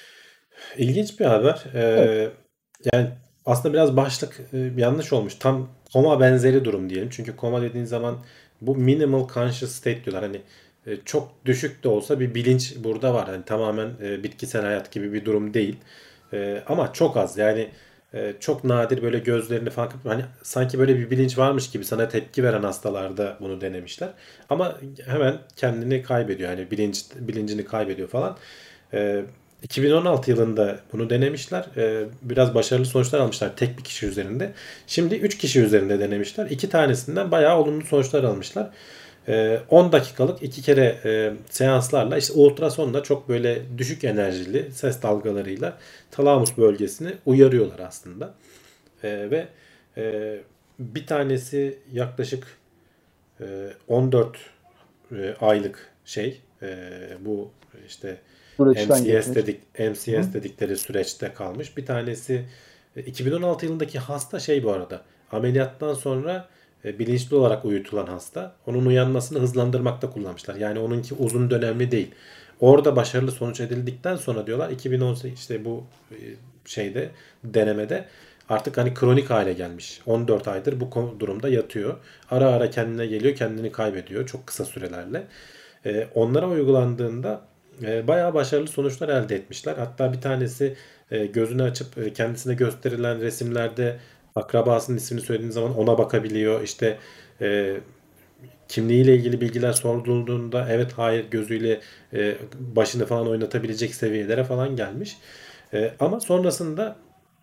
İlginç bir haber. Evet. E, yani aslında biraz başlık e, yanlış olmuş. Tam koma benzeri durum diyelim. Çünkü koma dediğin zaman bu minimal conscious state diyorlar. Hani e, çok düşük de olsa bir bilinç burada var. Hani tamamen e, bitkisel hayat gibi bir durum değil. E, ama çok az. Yani e, çok nadir böyle gözlerini falan kapı- hani sanki böyle bir bilinç varmış gibi sana tepki veren hastalarda bunu denemişler. Ama hemen kendini kaybediyor. Yani bilinç bilincini kaybediyor falan. E, iki bin on altı yılında bunu denemişler. Ee, biraz başarılı sonuçlar almışlar tek bir kişi üzerinde. Şimdi üç kişi üzerinde denemişler. iki tanesinden bayağı olumlu sonuçlar almışlar. Ee, on dakikalık iki kere e, seanslarla işte ultrasonla çok böyle düşük enerjili ses dalgalarıyla talamus bölgesini uyarıyorlar aslında. Ee, ve e, bir tanesi yaklaşık e, on dört e, aylık şey e, bu işte Süreçten M C S geçmiş. dedik Hı hı. M C S dedikleri süreçte kalmış. Bir tanesi e, iki bin on altı yılındaki hasta şey bu arada ameliyattan sonra e, bilinçli olarak uyutulan hasta. Onun uyanmasını hızlandırmakta kullanmışlar. Yani onunki uzun dönemli değil. Orada başarılı sonuç edildikten sonra diyorlar iki bin on sekiz işte bu e, şeyde denemede artık hani kronik hale gelmiş. on dört aydır bu durumda yatıyor. Ara ara kendine geliyor, kendini kaybediyor çok kısa sürelerle. E, onlara uygulandığında e, bayağı başarılı sonuçlar elde etmişler. Hatta bir tanesi e, gözünü açıp e, kendisine gösterilen resimlerde akrabasının ismini söylediğin zaman ona bakabiliyor. İşte e, kimliğiyle ilgili bilgiler sorulduğunda evet hayır gözüyle e, başını falan oynatabilecek seviyelere falan gelmiş. E, ama sonrasında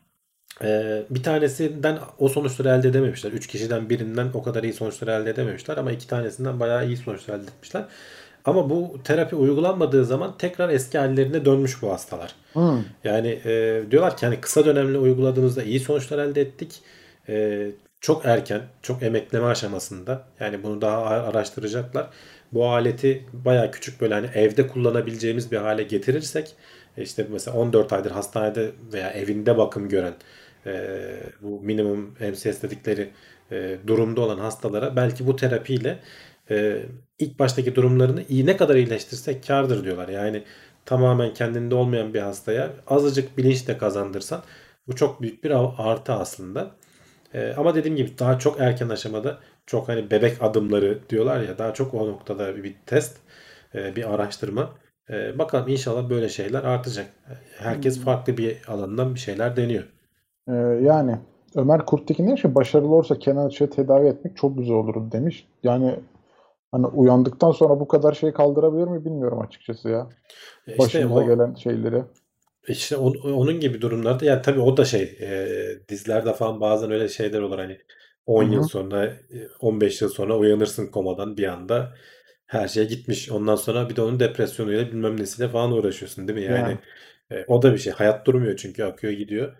ee, bir tanesinden o sonuçları elde edememişler. Üç kişiden birinden o kadar iyi sonuçlar elde edememişler ama iki tanesinden bayağı iyi sonuçlar elde etmişler. Ama bu terapi uygulanmadığı zaman tekrar eski hallerine dönmüş bu hastalar. Hı. Yani e, diyorlar ki hani kısa dönemli uyguladığımızda iyi sonuçlar elde ettik. E, çok erken, çok emekleme aşamasında. Yani bunu daha araştıracaklar. bu aleti bayağı küçük böyle hani evde kullanabileceğimiz bir hale getirirsek e, işte mesela on dört aydır hastanede veya evinde bakım gören e, bu minimum M C S dedikleri e, durumda olan hastalara belki bu terapiyle e, ilk baştaki durumlarını iyi ne kadar iyileştirsek kârdır diyorlar. Yani tamamen kendinde olmayan bir hastaya azıcık bilinç de kazandırsan bu çok büyük bir artı aslında. Ee, ama dediğim gibi daha çok erken aşamada çok hani bebek adımları diyorlar ya daha çok o noktada bir test, e, bir araştırma. E, bakalım inşallah böyle şeyler artacak. Herkes Hmm. farklı bir alandan bir şeyler deniyor. Ee, yani Ömer Kurttekin demiş ki başarılı olursa kenar açığı tedavi etmek çok güzel olur demiş. Yani hani uyandıktan sonra bu kadar şey kaldırabilir mi bilmiyorum açıkçası ya. E, İşte Başımıza o gelen şeyleri. işte on- onun gibi durumlarda yani tabii o da şey e, dizilerde falan bazen öyle şeyler olur hani Hı on yıl hı. sonra e, on beş yıl sonra uyanırsın komadan bir anda her şey gitmiş. Ondan sonra bir de onun depresyonuyla bilmem nesiyle falan uğraşıyorsun değil mi? Yani Yani e, o da bir şey. Hayat durmuyor çünkü akıyor gidiyor.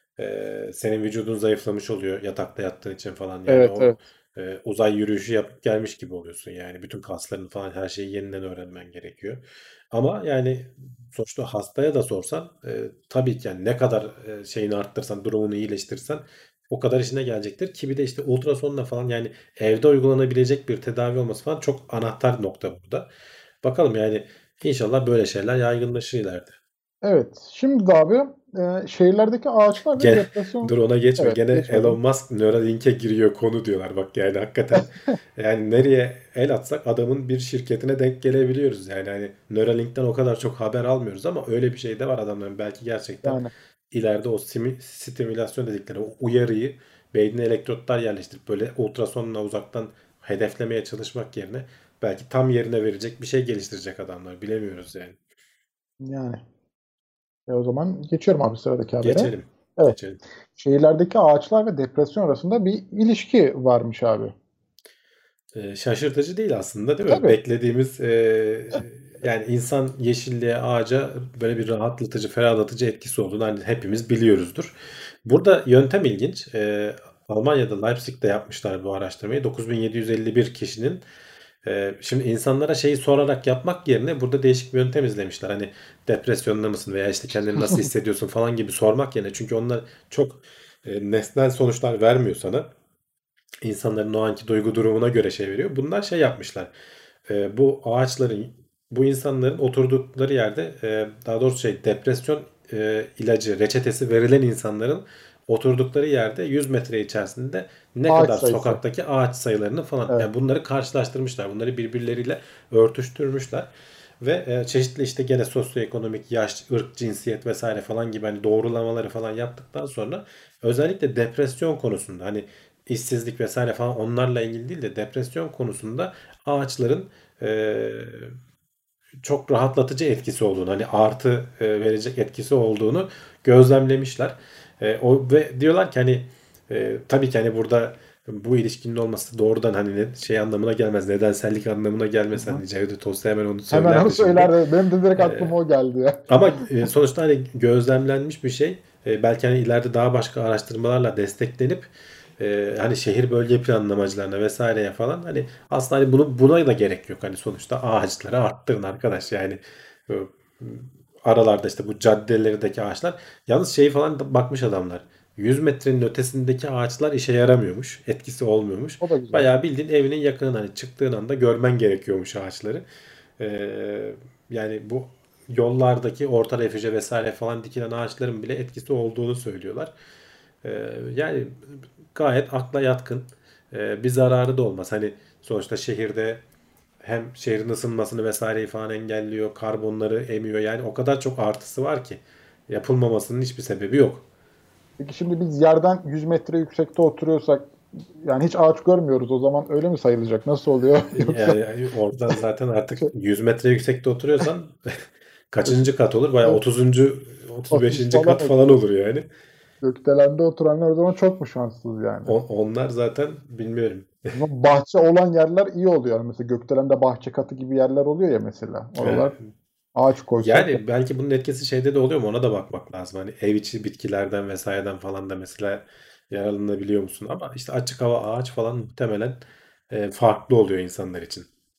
E, senin vücudun zayıflamış oluyor yatakta yattığın için falan. Yani evet, o evet. e, uzay yürüyüşü yapıp gelmiş gibi oluyorsun. Yani bütün kasların falan her şeyi yeniden öğrenmen gerekiyor. Ama yani sonuçta hastaya da sorsan e, tabii ki yani ne kadar e, şeyini arttırsan, durumunu iyileştirsen o kadar işine gelecektir. Ki bir de işte ultrasonla falan yani evde uygulanabilecek bir tedavi olması falan çok anahtar nokta burada. Bakalım yani inşallah böyle şeyler yaygınlaşır ileride. Evet. Şimdi de abi e, şehirlerdeki ağaçlar ve Gene, dur depresyon. ona geçme. Evet, Gene Elon geçmedim. Musk Neuralink'e giriyor konu diyorlar. Bak yani hakikaten yani nereye el atsak adamın bir şirketine denk gelebiliyoruz. Yani hani Neuralink'ten o kadar çok haber almıyoruz ama öyle bir şey de var adamların. Belki gerçekten Yani ileride o simi- stimülasyon dedikleri o uyarıyı beynine elektrotlar yerleştirip böyle ultrasonla uzaktan hedeflemeye çalışmak yerine belki tam yerine verecek bir şey geliştirecek adamlar. Bilemiyoruz yani. yani. E o zaman geçiyorum abi sıradaki habere. Geçelim. Evet. Geçelim. Şehirlerdeki ağaçlar ve depresyon arasında bir ilişki varmış abi. Ee, şaşırtıcı değil aslında değil mi? Tabii. Beklediğimiz e, yani insan yeşilliğe, ağaca böyle bir rahatlatıcı, ferahlatıcı etkisi olduğunu hani hepimiz biliyoruzdur. Burada yöntem ilginç. Ee, Almanya'da Leipzig'te yapmışlar bu araştırmayı. dokuz bin yedi yüz elli bir kişinin e, şimdi insanlara şeyi sorarak yapmak yerine burada değişik bir yöntem izlemişler. Hani depresyonda mısın veya işte kendini nasıl hissediyorsun falan gibi sormak yerine. Çünkü onlar çok e, nesnel sonuçlar vermiyor sana insanların o anki duygu durumuna göre şey veriyor. Bunlar şey yapmışlar. E, bu ağaçların, bu insanların oturdukları yerde e, daha doğrusu şey depresyon e, ilacı, reçetesi verilen insanların oturdukları yerde yüz metre içerisinde ne Ağaç kadar sayısı. sokaktaki ağaç sayılarını falan Evet. yani bunları karşılaştırmışlar. Bunları birbirleriyle örtüştürmüşler. Ve e, çeşitli işte gene sosyoekonomik yaş, ırk, cinsiyet vesaire falan gibi hani doğrulamaları falan yaptıktan sonra özellikle depresyon konusunda hani işsizlik vesaire falan onlarla ilgili değil de depresyon konusunda ağaçların e, çok rahatlatıcı etkisi olduğunu hani artı e, verecek etkisi olduğunu gözlemlemişler. E, o ve diyorlar ki hani e, tabii ki hani burada bu ilişkinin olması doğrudan hani ne, şey anlamına gelmez. Nedensellik anlamına Hı gelmez. hı. Hani Cevdet Tosta hemen onu Hemen onu söylerdi şimdi. söyler. Benim de direkt E, aklıma o geldi ya. ama e, sonuçta hani gözlemlenmiş bir şey. E, belki hani ileride daha başka araştırmalarla desteklenip e, hani şehir bölge planlamacılarına vesaireye falan hani aslında hani bunu buna da gerek yok. Hani sonuçta ağaçları arttırın arkadaş. Yani e, aralarda işte bu caddelerdeki ağaçlar. Yalnız şeyi falan da bakmış adamlar. yüz metrenin ötesindeki ağaçlar işe yaramıyormuş. Etkisi olmuyormuş. O da güzel. Bayağı bildiğin evinin yakınından hani çıktığın anda görmen gerekiyormuş ağaçları. Ee, yani bu yollardaki orta refüje vesaire falan dikilen ağaçların bile etkisi olduğunu söylüyorlar. Ee, yani gayet akla yatkın. Ee, bir zararı da olmaz. Hani sonuçta şehirde hem şehrin ısınmasını vesaireyi falan engelliyor, karbonları emiyor. Yani o kadar çok artısı var ki yapılmamasının hiçbir sebebi yok. Peki şimdi biz yerden yüz metre yüksekte oturuyorsak yani hiç ağaç görmüyoruz. O zaman öyle mi sayılacak? Nasıl oluyor? Yoksa Yani oradan zaten artık şey, yüz metre yüksekte oturuyorsan kaçıncı kat olur? Bayağı evet, otuzuncu. otuz otuz beşinci falan kat falan oluyor. olur yani. Gökdelende oturanlar o zaman çok mu şanssız yani? O- onlar zaten bilmiyorum. O zaman bahçe olan yerler iyi oluyor. Yani mesela Gökdelen'de bahçe katı gibi yerler oluyor ya mesela. Ee, Oralar ağaç koysak ya. Yani belki bunun etkisi şeyde de oluyor mu ona da bakmak lazım. Hani ev içi bitkilerden vesaireden falan da mesela yararlanabiliyor musun? Ama işte açık hava ağaç falan muhtemelen e, farklı oluyor insanlar için.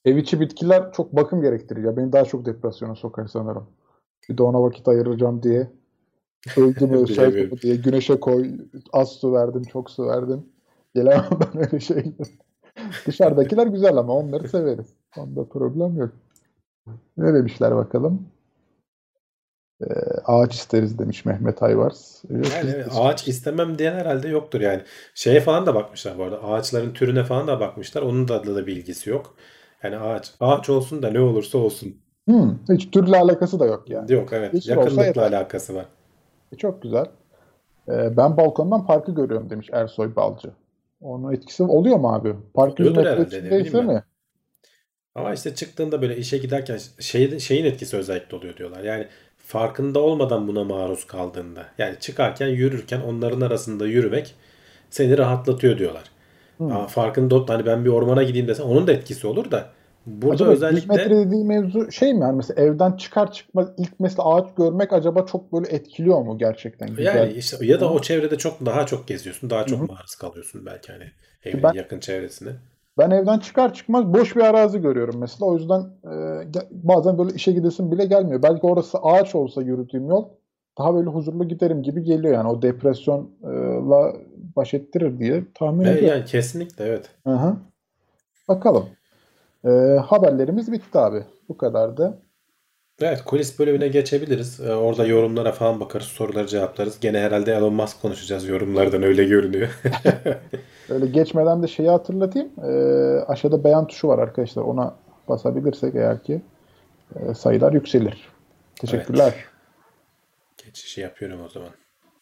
Ev içi bitkiler çok bakım gerektirir ya. Beni daha çok depresyona sokar sanırım. Bir de ona vakit ayıracağım diye. Öldü mü, şarkı Bilemiyorum. mı diye güneşe koy. Az su verdim, çok su verdim. Gelemem ben öyle şeyler. Dışarıdakiler güzel ama onları severiz. Onda problem yok. Ne demişler bakalım? Ee, ağaç isteriz demiş Mehmet Ayvars. Yok Yani biz evet, de ağaç istiyoruz. istemem diyen herhalde yoktur yani. Şeye falan da bakmışlar bu arada. Ağaçların türüne falan da bakmışlar. Onun da da bilgisi yok. Yani ağaç ağaç olsun da ne olursa olsun. Hmm, hiç türle alakası da yok yani. Yok, evet. Yeşil olsa Yakınlıkla yeter. alakası var. E, çok güzel. Ee, ben balkondan parkı görüyorum demiş Ersoy Balcı. Onun etkisi oluyor mu abi? Park yüz Oluyordur metre herhalde, ne bileyim içindeyse ben. mi? Ama işte çıktığında böyle işe giderken şey, şeyin etkisi özellikle oluyor diyorlar. Yani farkında olmadan buna maruz kaldığında. Yani çıkarken yürürken onların arasında yürümek seni rahatlatıyor diyorlar. Hmm. Aa, farkında ol, hani ben bir ormana gideyim desen onun da etkisi olur da. Burada Acaba yüz metre özellikle dediği mevzu şey mi? Yani mesela evden çıkar çıkmaz ilk mesela ağaç görmek acaba çok böyle etkiliyor mu gerçekten? yani Güzel. işte ya da Hı o çevrede çok daha çok geziyorsun. Daha çok hı. maruz kalıyorsun belki hani Ki evinin ben yakın çevresine. ben evden çıkar çıkmaz boş bir arazi görüyorum mesela. O yüzden e, ge- bazen böyle işe gidesim bile gelmiyor. Belki orası ağaç olsa yürüdüğüm yol daha böyle huzurlu giderim gibi geliyor yani. O depresyonla baş ettirir diye tahmin Ve ediyorum. yani kesinlikle evet. Hı hı. Bakalım. E, haberlerimiz bitti abi. Bu kadardı. Evet, kulis bölümüne geçebiliriz. Ee, orada yorumlara falan bakarız, soruları cevaplarız. Gene herhalde Elon Musk konuşacağız, yorumlardan öyle görünüyor. Öyle geçmeden de şeyi hatırlatayım. E, aşağıda beğen tuşu var arkadaşlar. Ona basabilirsek eğer ki e, sayılar yükselir. Evet. Teşekkürler. Geçişi yapıyorum o zaman.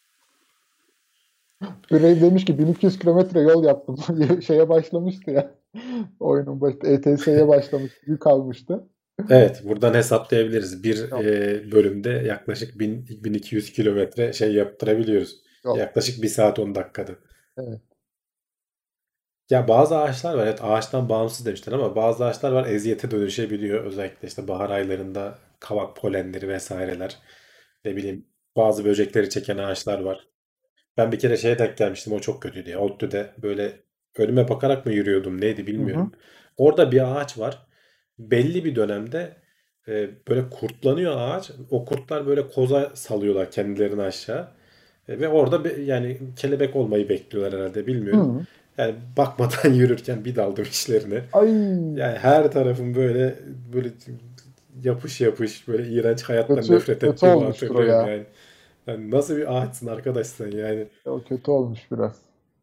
Brave demiş ki bin iki yüz kilometre yol yaptım. Şeye başlamıştı ya. Oyunun başında E T S'ye başlamıştı. Yük almıştı. Evet, buradan hesaplayabiliriz. Bir Yok, e, bölümde yaklaşık bin, bin iki yüz kilometre şey yaptırabiliyoruz. yok. Yaklaşık bir saat on dakikada. Evet. Ya bazı ağaçlar var, evet, ağaçtan bağımsız demişler ama bazı ağaçlar var eziyete dönüşebiliyor. Özellikle işte bahar aylarında kavak polenleri vesaireler. Ne bileyim, bazı böcekleri çeken ağaçlar var. Ben bir kere şeye denk gelmiştim, o çok kötüydü ya. ODTÜ'de böyle önüme bakarak mı yürüyordum neydi Hı hı. bilmiyorum. Orada bir ağaç var. Belli bir dönemde e, böyle kurtlanıyor ağaç. O kurtlar böyle koza salıyorlar kendilerini aşağı. E, ve orada bir, yani kelebek olmayı bekliyorlar herhalde, bilmiyorum. Hı. Yani bakmadan yürürken bir daldım işlerine. Ay, Yani her tarafım böyle böyle yapış yapış, böyle iğrenç, hayattan kötü nefret kötü ettiğimi olmuştur o hatırlıyorum ya. yani. Yani nasıl bir ağaçsın arkadaş sen yani. O kötü olmuş biraz.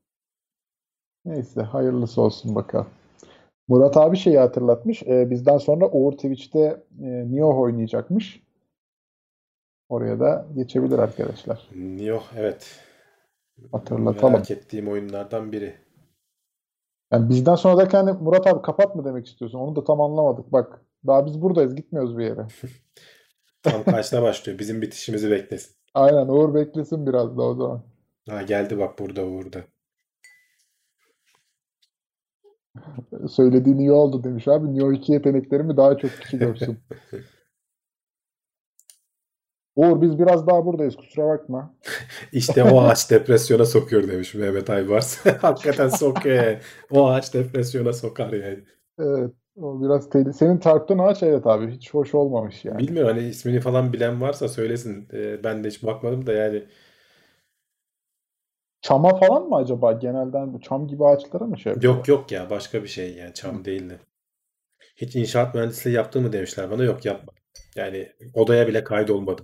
Neyse hayırlısı olsun bakalım. Murat abi şeyi hatırlatmış. E, bizden sonra Uğur Twitch'te e, Nioh oynayacakmış. Oraya da geçebilir arkadaşlar. Yok, evet. Hatırlatalım. Merak ettiğim oyunlardan biri. Yani bizden sonra derken hani Murat abi kapat mı demek istiyorsun? Onu da tam anlamadık. Bak daha biz buradayız. Gitmiyoruz bir yere. Tam kaçta başlıyor? Bizim bitişimizi beklesin. Aynen Uğur beklesin biraz da o zaman. Ha, geldi bak, burada burada. Söylediğin iyi oldu demiş abi. Neo iki yeteneklerimi daha çok kişi görsün. Uğur biz biraz daha buradayız kusura bakma. İşte o ağaç depresyona sokuyor demiş Mehmet Aybars. Hakikaten sokuyor yani. O ağaç depresyona sokar yani. Evet o biraz tehlikeli. Senin tarttığın ağaç evet abi hiç hoş olmamış yani. Bilmiyorum, hani ismini falan bilen varsa söylesin. Ee, ben de hiç bakmadım da yani. Çama falan mı acaba? Genelden bu çam gibi ağaçlara mı şey Yok yapıyorlar? yok ya, başka bir şey yani, Hı. çam değildi. Hiç inşaat mühendisliği yaptın mı demişler bana. Yok, yapma. Yani odaya bile kaydolmadım.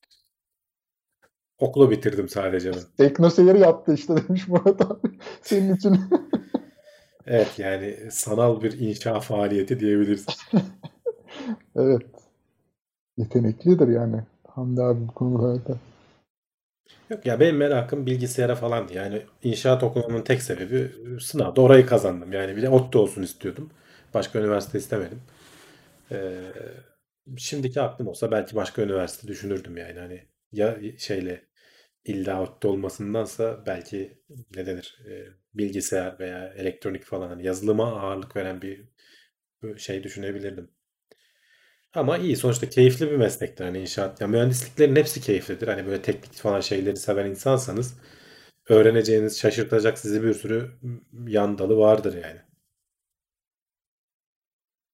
Okulu bitirdim sadece ben. Tekno seyir yaptı işte demiş Murat abi. Senin için. Evet, yani sanal bir inşa faaliyeti diyebiliriz. Evet. Yeteneklidir yani. Hamdi abi bu konularda. Yok ya, benim merakım bilgisayara falandı. Yani inşaat okumamın tek sebebi e, sınavda orayı kazandım. Yani bir de ODTÜ olsun istiyordum. Başka üniversite istemedim. Ee, Şimdiki aklım olsa belki başka üniversite düşünürdüm yani. Hani ya şeyle, illa ODTÜ olmasındansa belki ne denir, e, bilgisayar veya elektronik falan, hani yazılıma ağırlık veren bir şey düşünebilirdim. Ama iyi, sonuçta keyifli bir meslektir hani inşaat. Ya mühendisliklerin hepsi keyiflidir. Hani böyle teknik falan şeyleri seven insansanız öğreneceğiniz, şaşırtacak sizi bir sürü yan dalı vardır yani.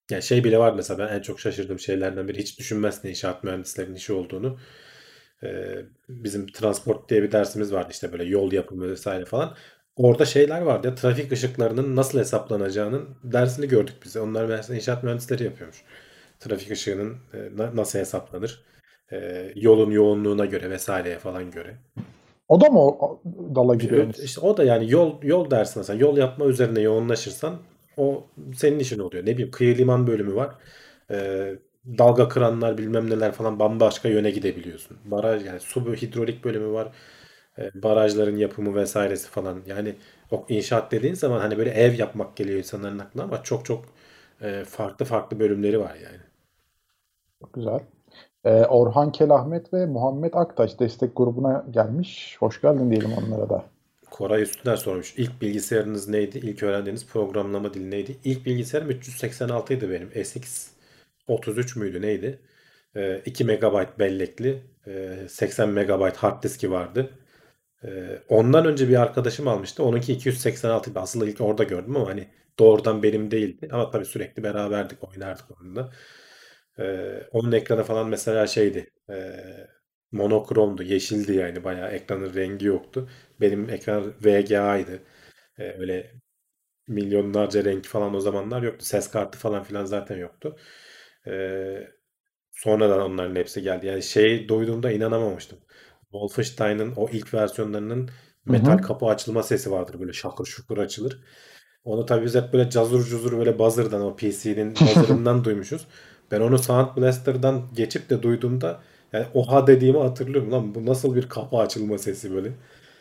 Yani şey bile var mesela, ben en çok şaşırdığım şeylerden biri, hiç düşünmezsin inşaat mühendislerinin işi olduğunu. Ee, bizim transport diye bir dersimiz vardı, işte böyle yol yapımı vesaire falan. Orada şeyler vardı ya, trafik ışıklarının nasıl hesaplanacağının dersini gördük biz. Onlar mesela inşaat mühendisleri yapıyormuş. Trafik ışığının e, na- nasıl hesaplanır? Ee, yolun yoğunluğuna göre vesaireye falan göre. O da mı o dala giriyor Ö- Enis? İşte o da yani yol yol dersi, mesela yol yapma üzerine yoğunlaşırsan o senin işin oluyor. Ne bileyim, kıyı liman bölümü var. Ee, dalga kıranlar bilmem neler falan, bambaşka yöne gidebiliyorsun. Baraj, yani su ve hidrolik bölümü var. Ee, barajların yapımı vesairesi falan. Yani o inşaat dediğin zaman hani böyle ev yapmak geliyor insanların aklına, ama çok çok e, farklı farklı bölümleri var yani. Çok güzel. Ee, Orhan Kelahmet ve Muhammed Aktaş destek grubuna gelmiş. Hoş geldin diyelim onlara da. Koray Üstüner sormuş. İlk bilgisayarınız neydi? İlk öğrendiğiniz programlama dili neydi? İlk bilgisayarım üç yüz seksen altı idi benim. S X otuz üç müydü neydi? Ee, iki megabayt bellekli, e, seksen megabayt hard diski vardı. Ee, ondan önce bir arkadaşım almıştı. Onunki iki yüz seksen altı idi. Aslında ilk orada gördüm ama hani doğrudan benim değildi. Ama tabii sürekli beraberdik, oynardık onunla. Ee, onun ekranı falan mesela şeydi. E, monokromdu, yeşildi, yani bayağı ekranın rengi yoktu. Benim ekran V G A'ydı. Ee, öyle milyonlarca renk falan o zamanlar yoktu. Ses kartı falan filan zaten yoktu. Ee, sonradan onların hepsi geldi. Yani şey duyduğumda inanamamıştım. Wolfenstein'ın o ilk versiyonlarının Hı metal hı. kapı açılma sesi vardır. Böyle şakır şukur açılır. Onu tabii biz hep böyle cazur cuzur böyle buzzer'dan, o P C'nin buzzer'ından duymuşuz. Ben onu Sound Blaster'dan geçip de duyduğumda yani oha dediğimi hatırlıyorum. Lan bu nasıl bir kapı açılma sesi böyle.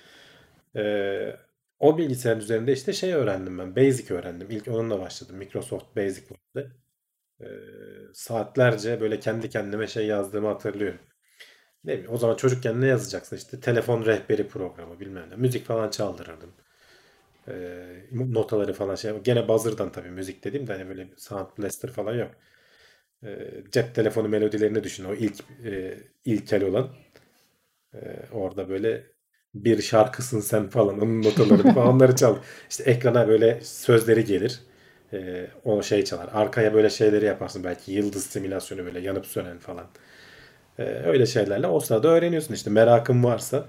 Ee, o bilgisayarın üzerinde işte şey öğrendim ben. Basic öğrendim. İlk onunla başladım. Microsoft Basic vardı. Ee, saatlerce böyle kendi kendime şey yazdığımı hatırlıyorum. Ne bileyim, o zaman çocukken ne yazacaksın, işte telefon rehberi programı bilmem ne. Müzik falan çaldırırdım. Ee, notaları falan şey. Gene buzzer'dan tabii müzik dediğim de, hani böyle Sound Blaster falan yok. Ee, cep telefonu melodilerini düşün. O ilk e, ilkel olan. Ee, orada böyle bir şarkısın sen falan, onun notalarını falan, onları çal. İşte ekrana böyle sözleri gelir. Ee, o şey çalar. Arkaya böyle şeyleri yaparsın belki, yıldız simülasyonu, böyle yanıp sönen falan. Ee, öyle şeylerle o sırada öğreniyorsun işte, merakın varsa.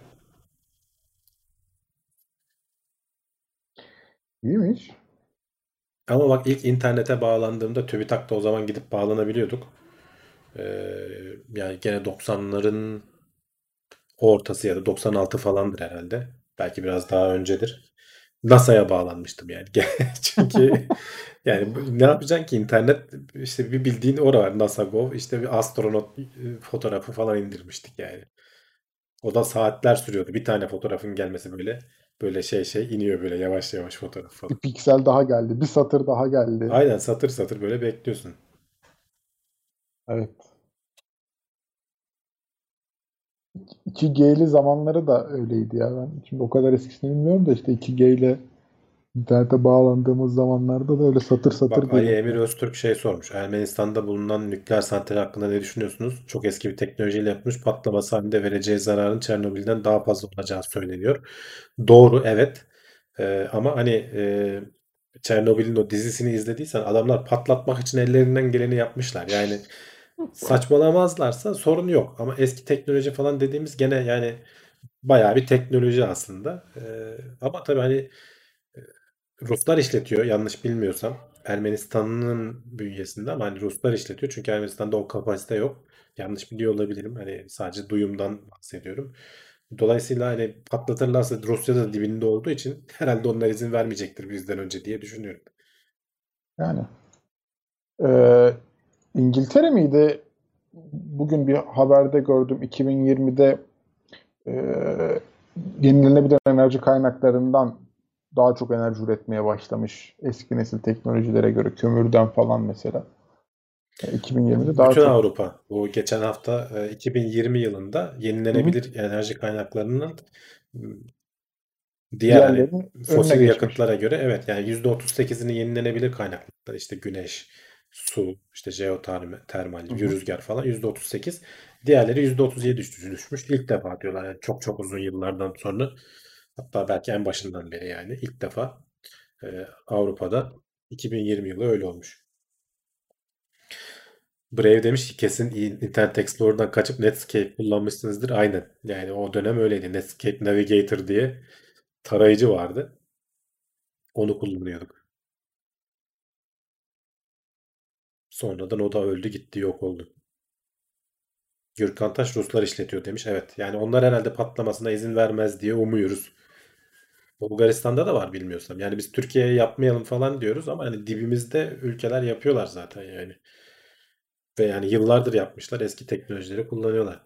İyiymiş. Ama bak, ilk internete bağlandığımda TÜBİTAK'ta o zaman gidip bağlanabiliyorduk. Ee, yani gene doksanların ortası ya da doksan altı falandır herhalde. Belki biraz daha öncedir. NASA'ya bağlanmıştım yani. Çünkü yani bu- ne yapacaksın ki, internet işte, bir bildiğin orada var, NASA Gov, işte bir astronot e, fotoğrafı falan indirmiştik yani. O da saatler sürüyordu. Bir tane fotoğrafın gelmesi böyle böyle şey şey iniyor böyle yavaş yavaş fotoğraf Bir falan. piksel daha geldi. Bir satır daha geldi. Aynen, satır satır böyle bekliyorsun. Evet. iki G'li zamanları da öyleydi ya. Ben şimdi o kadar eskisini bilmiyorum da işte iki G ile internete bağlandığımız zamanlarda da öyle satır satır Bak, Ali geliyordu. Emir Öztürk şey sormuş. Ermenistan'da bulunan nükleer santral hakkında ne düşünüyorsunuz? Çok eski bir teknolojiyle yapılmış, patlaması halinde vereceği zararın Çernobil'den daha fazla olacağı söyleniyor. Doğru, evet. Ee, ama hani e, Çernobil'in o dizisini izlediysen, adamlar patlatmak için ellerinden geleni yapmışlar. Yani saçmalamazlarsa sorun yok. Ama eski teknoloji falan dediğimiz gene yani bayağı bir teknoloji aslında. Ee, ama tabii hani Ruslar işletiyor yanlış bilmiyorsam. Ermenistan'ın bünyesinde, ama hani Ruslar işletiyor. Çünkü Ermenistan'da o kapasite yok. Yanlış biliyor olabilirim. Hani sadece duyumdan bahsediyorum. Dolayısıyla hani patlatırlarsa, Rusya da dibinde olduğu için herhalde onlar izin vermeyecektir bizden önce diye düşünüyorum. Yani Ee, İngiltere miydi? Bugün bir haberde gördüm. iki bin yirmide e, yenilenebilir enerji kaynaklarından daha çok enerji üretmeye başlamış. Eski nesil teknolojilere göre kömürden falan mesela. E, iki bin yirmide daha Bütün çok. Avrupa bu geçen hafta e, iki bin yirmi yılında Hı hı. yenilenebilir enerji kaynaklarının diğer hani Diğerlerinin önüne fosil geçmiş. yakıtlara göre, evet, yani yüzde otuz sekizini yenilenebilir kaynaklar, işte güneş, su, işte jeotermal, Hı hı. rüzgar falan yüzde otuz sekiz. Diğerleri yüzde otuz yedi düşmüş, düşmüş. İlk defa diyorlar yani, çok çok uzun yıllardan sonra, hatta belki en başından beri, yani ilk defa e, Avrupa'da iki bin yirmi yılı öyle olmuş. Brave demiş ki kesin Internet Explorer'dan kaçıp Netscape kullanmışsınızdır. Aynen. Yani o dönem öyleydi. Netscape Navigator diye tarayıcı vardı. Onu kullanıyorduk. Sonradan o da öldü gitti yok oldu. Gürkan Taş Ruslar işletiyor demiş. Evet. Yani onlar herhalde patlamasına izin vermez diye umuyoruz. Bulgaristan'da da var bilmiyorsam. Yani biz Türkiye'ye yapmayalım falan diyoruz ama hani dibimizde ülkeler yapıyorlar zaten yani. Ve yani yıllardır yapmışlar. Eski teknolojileri kullanıyorlar.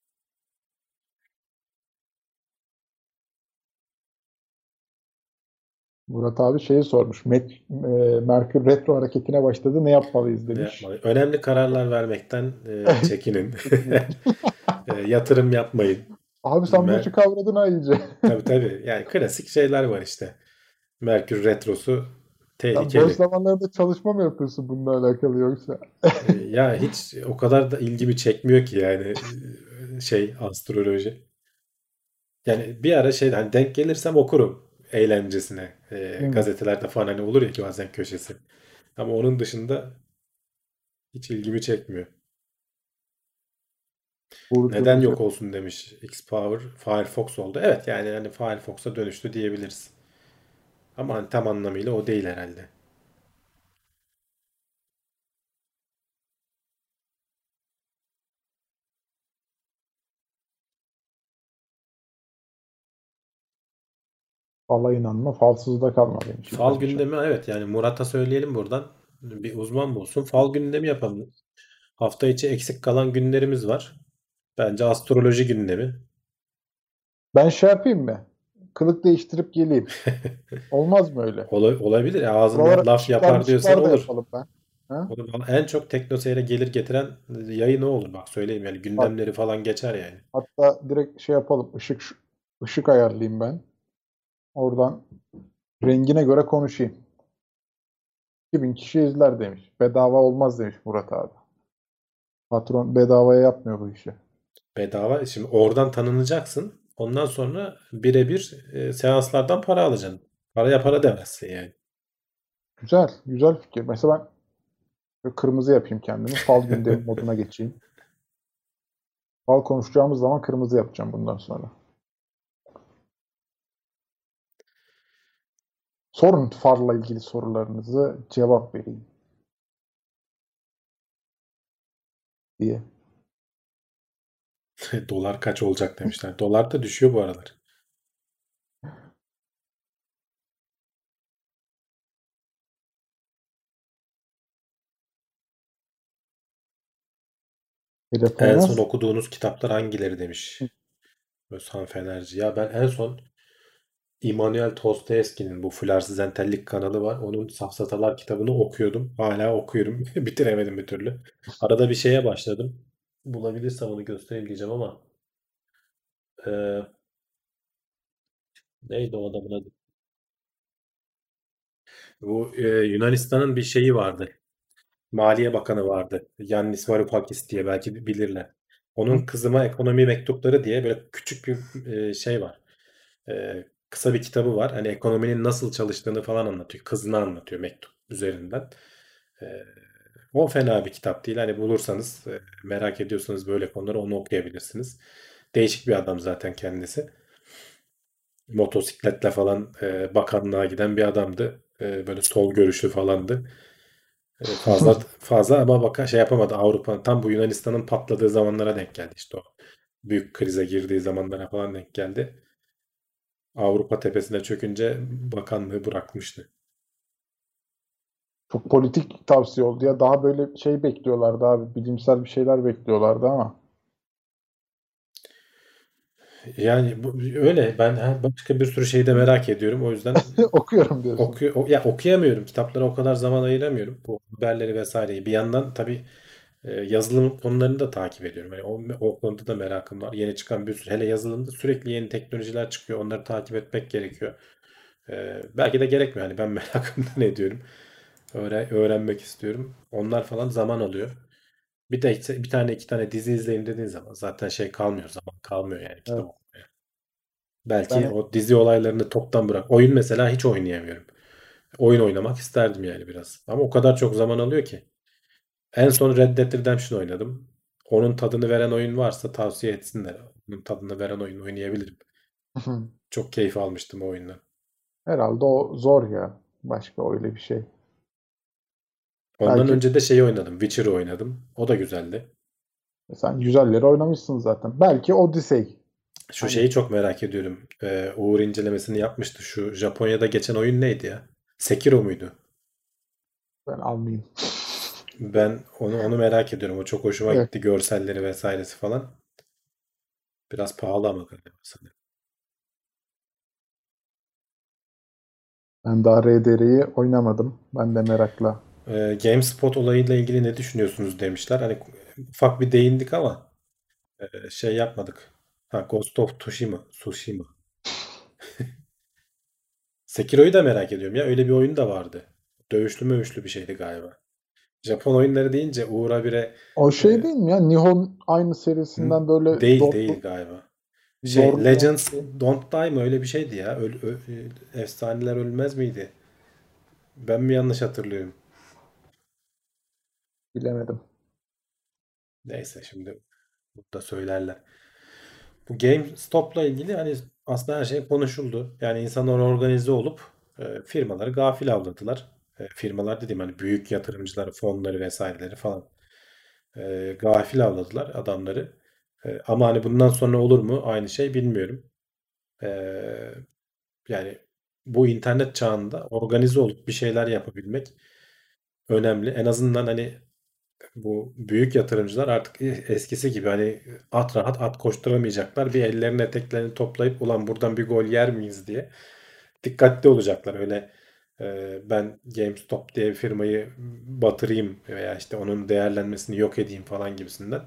Murat abi şeyi sormuş. Met, e, Merkür Retro hareketine başladı. Ne yapmalıyız Ne demiş. yapmalı? Önemli kararlar vermekten e, çekinin. E, yatırım yapmayın. Abi sen bu işi Mer kavradın ha iyice. tabii tabii. Yani klasik şeyler var işte. Merkür Retrosu Sen boş tehlikeli. zamanlarda çalışma mı yapıyorsun bununla alakalı yoksa? E, ya hiç o kadar da ilgimi çekmiyor ki yani e, şey astroloji. Yani bir ara şey hani denk gelirsem okurum eğlencesine. E, Hmm. gazetelerde falan hani olur ya ki bazen köşesi. Ama onun dışında hiç ilgimi çekmiyor. Neden Burcunuzu yok olsun demiş Xpower. Firefox oldu. Evet yani hani Firefox'a dönüştü diyebiliriz. Ama hani tam anlamıyla o değil herhalde. Fala inanma, falsızda kalma demiş Fal İbrahim Şah. gündemi evet yani Murat'a söyleyelim buradan. Bir uzman bulsun. Fal gündemi yapalım. Hafta içi eksik kalan günlerimiz var. Bence astroloji gündemi. Ben şey yapayım mı? Kılık değiştirip geleyim. Olmaz mı öyle? Ola- olabilir. Ya, ağzından Buralara laf ışıklar yapar diyorsan mışıklar da olur. yapalım ben. Ha? O da en çok teknoseyre gelir getiren yayın o olur. Bak söyleyeyim yani Bak, gündemleri falan geçer yani. hatta direkt şey yapalım. Işık ışık ayarlayayım ben. Oradan rengine göre konuşayım. iki bin kişi izler demiş. Bedava olmaz demiş Murat abi. Patron bedavaya yapmıyor bu işi. Bedava. Şimdi oradan tanınacaksın. Ondan sonra birebir e, seanslardan para alacaksın. Paraya para demezsin yani. Güzel, güzel fikir. Mesela ben böyle kırmızı yapayım kendimi. Fal gündemi moduna geçeyim. Fal konuşacağımız zaman kırmızı yapacağım bundan sonra. Sorun farla ilgili sorularınızı cevap vereyim diye. Dolar kaç olacak demişler. Dolar da düşüyor bu aralar. En Telefona son okuduğunuz kitaplar hangileri demiş. Özhan Fenerci. Ya ben en son Immanuel Dostoyevski'nin bu Fularsız Entellik kanalı var. Onun Safsatalar kitabını okuyordum. Hala okuyorum. Bitiremedim bir türlü. Arada bir şeye başladım. Bulabilirsem onu göstereyim diyeceğim ama e, neydi o adamın adı? Bu e, Yunanistan'ın bir şeyi vardı. Maliye Bakanı vardı. Yannis Varoufakis diye belki bilirler. Onun Kızıma Ekonomi Mektupları diye böyle küçük bir e, şey var. E, kısa bir kitabı var. Hani ekonominin nasıl çalıştığını falan anlatıyor. Kızına anlatıyor mektup üzerinden. E, o fena bir kitap değil. Hani bulursanız e, merak ediyorsanız böyle konuları onu okuyabilirsiniz. Değişik bir adam zaten kendisi. Motosikletle falan e, bakanlığa giden bir adamdı. E, böyle sol görüşlü falandı. E, fazla fazla ama baka şey yapamadı. Avrupa tam bu Yunanistan'ın patladığı zamanlara denk geldi işte o. Büyük krize girdiği zamanlara falan denk geldi. Avrupa tepesine çökünce bakanlığı bırakmıştı. çok politik tavsiye oldu ya. Daha böyle şey bekliyorlardı abi. Bilimsel bir şeyler bekliyorlardı ama. Yani bu, öyle ben her- başka bir sürü şeyi de merak ediyorum. O yüzden Okuyorum diyorsun. okuyor o- ya okuyamıyorum. Kitaplara o kadar zaman ayıramıyorum. Bu haberleri vesaireyi. Bir yandan tabii e, yazılım konularını da takip ediyorum. Yani o, o konuda da merakım var. Yeni çıkan bir sürü hele yazılımda sürekli yeni teknolojiler çıkıyor. Onları takip etmek gerekiyor. E, belki de gerekmiyor. Yani ben merakımdan ediyorum. Öğre- öğrenmek istiyorum. Onlar falan zaman alıyor. Bir de işte bir tane iki tane dizi izleyeyim dediğin zaman zaten şey kalmıyor. Zaman kalmıyor yani kitap Evet. okumaya. Belki Yani o dizi olaylarını toptan bırak. Oyun mesela hiç oynayamıyorum. Oyun oynamak isterdim yani biraz. Ama o kadar çok zaman alıyor ki. En son Red Dead Redemption oynadım. Onun tadını veren oyun varsa tavsiye etsinler. Onun tadını veren oyun oynayabilirim. Çok keyif almıştım o oyundan. Herhalde o zor ya. Başka öyle bir şey. Ondan Belki önce de şeyi oynadım. Witcher'ı oynadım. O da güzeldi. sen güzelleri oynamışsın zaten. Belki Odyssey. Şu Hani şeyi çok merak ediyorum. Ee, Uğur incelemesini yapmıştı. Şu Japonya'da geçen oyun neydi ya? Sekiro muydu? ben almayayım. Ben onu onu merak ediyorum. O çok hoşuma Evet. gitti. Görselleri vesairesi falan. Biraz pahalı ama galiba sanırım. Ben daha R D R'yi oynamadım. Ben de merakla. Ee, GameSpot olayıyla ilgili ne düşünüyorsunuz demişler. Hani ufak bir değindik ama e, şey yapmadık. Ha, Ghost of Tsushima. Tsushima. Sekiro'yu da merak ediyorum ya. Öyle bir oyun da vardı. Dövüşlü mövüşlü bir şeydi galiba. Japon oyunları deyince Uğur Abir'e O e, şey değil mi ya? Nihon aynı Hı? serisinden böyle Değil değil zorlu, galiba. Şey zorlu Legends bir Don't Die mı öyle bir şeydi ya. Öl, ö- e, efsaneler ölmez miydi? Ben mi yanlış hatırlıyorum? bilemedim. Neyse şimdi burada söylerler. Bu GameStop'la ilgili hani aslında her şey konuşuldu. Yani insanlar organize olup e, firmaları gafil avladılar. E, firmalar dediğim hani büyük yatırımcıları, fonları vesaireleri falan e, gafil avladılar adamları. E, ama hani bundan sonra olur mu aynı şey bilmiyorum. E, Yani bu internet çağında organize olup bir şeyler yapabilmek önemli. En azından hani bu büyük yatırımcılar artık eskisi gibi hani at rahat at koşturamayacaklar. Bir ellerini eteklerini toplayıp ulan buradan bir gol yer miyiz diye dikkatli olacaklar. Öyle e, ben GameStop diye bir firmayı batırayım veya işte onun değerlenmesini yok edeyim falan gibisinden.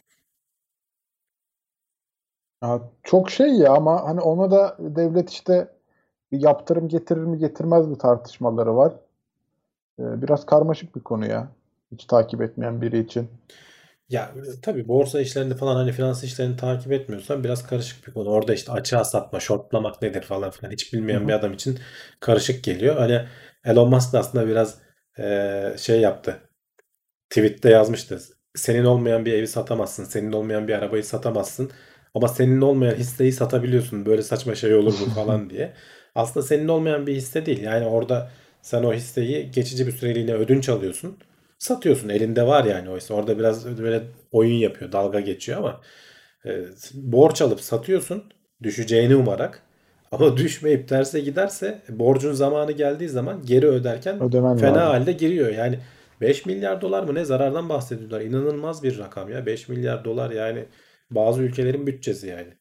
Ya çok şey ya ama hani ona da devlet işte bir yaptırım getirir mi getirmez mi tartışmaları var. Ee, biraz karmaşık bir konu ya. Hiç takip etmeyen biri için. Ya e, tabii borsa işlerini falan hani finans işlerini takip etmiyorsan biraz karışık bir konu. Orada işte açığa satma, shortlamak nedir falan filan hiç Hı bilmeyen bir hı. adam için karışık geliyor. Hani Elon Musk da aslında biraz e, şey yaptı. Tweet'te yazmıştı. Senin olmayan bir evi satamazsın. Senin olmayan bir arabayı satamazsın. Ama senin olmayan hisseyi satabiliyorsun. Böyle saçma şey olur mu falan diye. Aslında senin olmayan bir hisse değil. Yani orada sen o hisseyi geçici bir süreliğine ödünç alıyorsun. Satıyorsun. Elinde var yani o hisse. Orada biraz böyle oyun yapıyor. Dalga geçiyor ama e, borç alıp satıyorsun. Düşeceğini umarak. Ama düşmeyip terse giderse borcun zamanı geldiği zaman geri öderken Ödemen fena lazım. halde giriyor. Yani beş milyar dolar mı ne zarardan bahsediyorlar. İnanılmaz bir rakam ya. beş milyar dolar yani bazı ülkelerin bütçesi yani.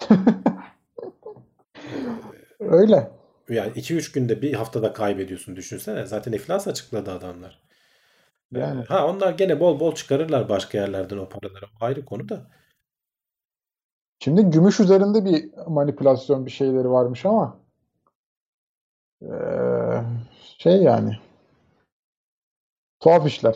Ee, Öyle. Yani iki üç günde bir haftada kaybediyorsun düşünsene. Zaten iflas açıkladı adamlar. Ee, Yani. ha onlar gene bol bol çıkarırlar başka yerlerden o paraları. O ayrı konu da. Şimdi gümüş üzerinde bir manipülasyon bir şeyleri varmış ama eee, şey yani tuhaf işler.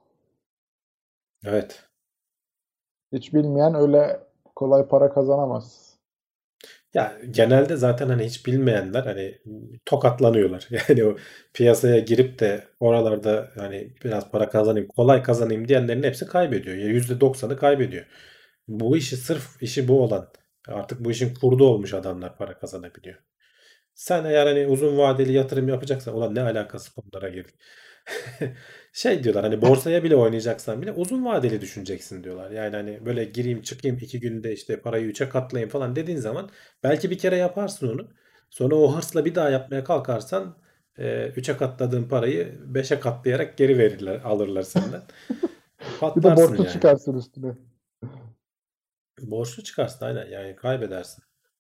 Evet. Hiç bilmeyen öyle kolay para kazanamaz. Ya genelde zaten hani hiç bilmeyenler hani tokatlanıyorlar. Yani o piyasaya girip de oralarda hani biraz para kazanayım, kolay kazanayım diyenlerin hepsi kaybediyor. Ya yüzde doksanı kaybediyor. Bu işi sırf işi bu olan artık bu işin kurdu olmuş adamlar para kazanabiliyor. Sen eğer hani uzun vadeli yatırım yapacaksan ulan ne alakası konulara girdik. Şey diyorlar hani borsaya bile oynayacaksan bile uzun vadeli düşüneceksin diyorlar. Yani hani böyle gireyim çıkayım iki günde işte parayı üçe katlayayım falan dediğin zaman belki bir kere yaparsın onu. Sonra o hırsla bir daha yapmaya kalkarsan e, üçe katladığın parayı beşe katlayarak geri verirler alırlar senden. Bir de Patlarsın borçlu yani. çıkarsın üstüne. Borçlu çıkarsın aynen yani kaybedersin.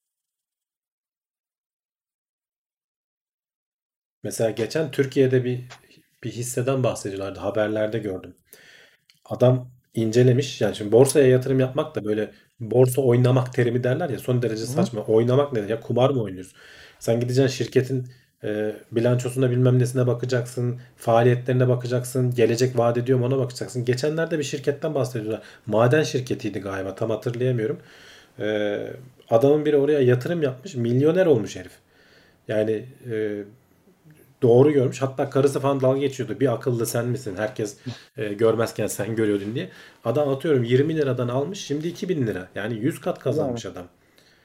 Mesela geçen Türkiye'de bir bir hisseden bahsediyorlardı. Haberlerde gördüm. Adam incelemiş. Yani şimdi borsaya yatırım yapmak da böyle borsa oynamak terimi derler ya son derece Hı? saçma. Oynamak nedir? Ya kumar mı oynuyorsun? Sen gideceksin şirketin e, bilançosuna bilmem nesine bakacaksın. Faaliyetlerine bakacaksın. Gelecek vaat ediyor mu ona bakacaksın. Geçenlerde bir şirketten bahsediyorlar. Maden şirketiydi galiba. Tam hatırlayamıyorum. E, Adamın biri oraya yatırım yapmış. Milyoner olmuş herif. Yani e, doğru görmüş. Hatta karısı falan dalga geçiyordu. Bir akıllı sen misin? Herkes e, görmezken sen görüyordun diye. Adam atıyorum yirmi liradan almış. Şimdi iki bin lira. Yani yüz kat Yani kazanmış adam.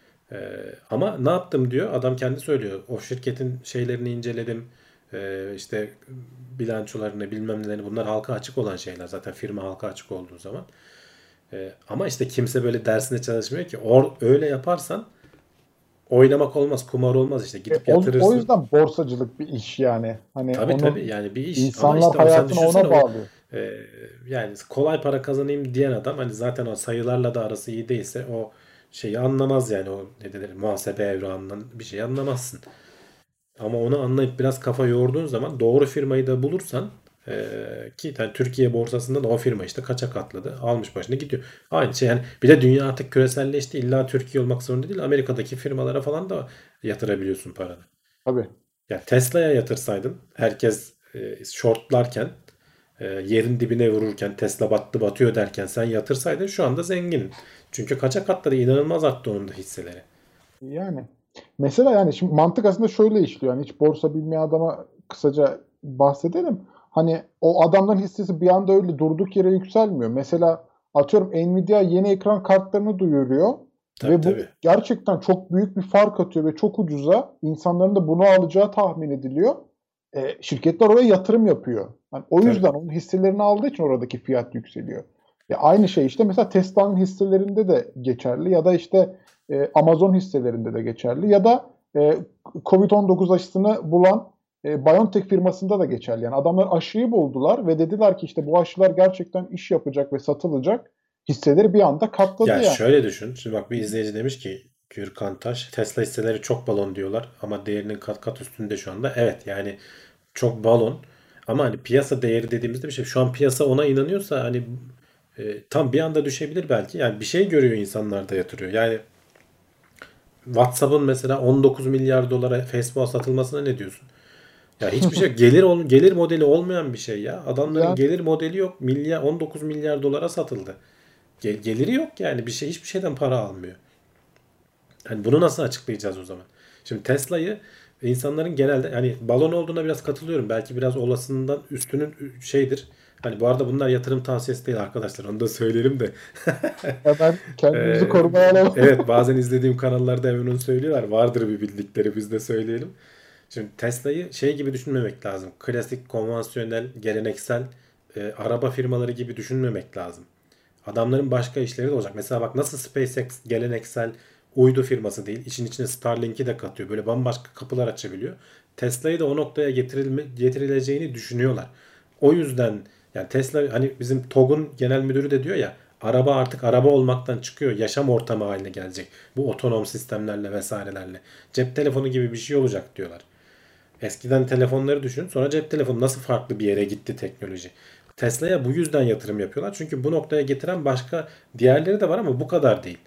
Ee, ama ne yaptım diyor. Adam kendi söylüyor. O şirketin şeylerini inceledim. Ee, işte bilançolarını bilmem neleri bunlar halka açık olan şeyler. Zaten firma halka açık olduğu zaman. Ee, ama işte kimse böyle dersine çalışmıyor ki. Or, öyle yaparsan oynamak olmaz, kumar olmaz işte. e, Gidip o, o yatırırsın. yüzden borsacılık bir iş yani. Hani Tabii tabii onun yani bir iş. Ama insanlar işte o sen hayatını düşünsene ona o bağlıyor. e, yani kolay para kazanayım diyen adam hani zaten o sayılarla da arası iyi değilse o şeyi anlamaz yani o ne denir muhasebe evranından bir şey anlamazsın. Ama onu anlayıp biraz kafa yorduğun zaman doğru firmayı da bulursan eee, ki yani Türkiye borsasında da o firma işte kaça katladı. Almış başını gidiyor. Aynı şey yani bir de dünya artık küreselleşti. İlla Türkiye olmak zorunda değil. Amerika'daki firmalara falan da yatırabiliyorsun paranı. Tabii. Ya Tesla'ya yatırsaydın herkes e, shortlarken e, yerin dibine vururken Tesla battı batıyor derken sen yatırsaydın şu anda zengin. Çünkü kaça katladı inanılmaz arttı onun da hisseleri. Yani mesela yani şimdi mantık aslında şöyle işliyor. Yani hiç borsa bilmeyen adama kısaca bahsedelim. Hani o adamların hissesi bir anda öyle durduk yere yükselmiyor. Mesela atıyorum Nvidia yeni ekran kartlarını duyuruyor Tabii ve bu tabii. gerçekten çok büyük bir fark atıyor ve çok ucuza insanların da bunu alacağı tahmin ediliyor. E, şirketler oraya yatırım yapıyor. Yani o Tabii. yüzden onun hisselerini aldığı için oradaki fiyat yükseliyor. Ya aynı şey işte mesela Tesla'nın hisselerinde de geçerli ya da işte e, Amazon hisselerinde de geçerli ya da e, covid on dokuz aşısını bulan e, BioNTech firmasında da geçerli. Yani adamlar aşıyı buldular ve dediler ki işte bu aşılar gerçekten iş yapacak ve satılacak. Hisseleri bir anda katladı Ya yani. şöyle düşün. Şimdi bak bir izleyici demiş ki Gürkan Taş Tesla hisseleri çok balon diyorlar ama değerinin kat kat üstünde şu anda. Evet yani çok balon ama hani piyasa değeri dediğimizde bir şey. Şu an piyasa ona inanıyorsa hani e, tam bir anda düşebilir belki. Yani bir şey görüyor insanlar da yatırıyor. Yani WhatsApp'ın mesela on dokuz milyar dolara Facebook'a satılmasına ne diyorsun? Ya hiçbir şey gelir ol- gelir modeli olmayan bir şey ya. Adamların Yani gelir modeli yok. Milyar on dokuz milyar dolara satıldı. Gel- geliri yok yani bir şey hiçbir şeyden para almıyor. Hani bunu nasıl açıklayacağız o zaman? Şimdi Tesla'yı insanların genelde hani balon olduğuna biraz katılıyorum. Belki biraz olasılığından üstünün şeydir. Hani bu arada bunlar yatırım tavsiyesi değil arkadaşlar. Onu da söyleyelim de. hemen kendimizi Ee, korumaya alalım. evet bazen izlediğim kanallarda hemen onu söylüyorlar. Vardır bir bildikleri biz de söyleyelim. Şimdi Tesla'yı şey gibi düşünmemek lazım. Klasik, konvansiyonel, geleneksel e, araba firmaları gibi düşünmemek lazım. Adamların başka işleri de olacak. Mesela bak nasıl SpaceX geleneksel uydu firması değil. İşin içine Starlink'i de katıyor. Böyle bambaşka kapılar açabiliyor. Tesla'yı da o noktaya getirilme, getirileceğini düşünüyorlar. O yüzden yani Tesla hani bizim TOG'un genel müdürü de diyor ya araba artık araba olmaktan çıkıyor. Yaşam ortamı haline gelecek. Bu otonom sistemlerle vesairelerle. Cep telefonu gibi bir şey olacak diyorlar. Eskiden telefonları düşün. Sonra cep telefonu nasıl farklı bir yere gitti teknoloji. Tesla'ya bu yüzden yatırım yapıyorlar. Çünkü bu noktaya getiren başka diğerleri de var ama bu kadar değil.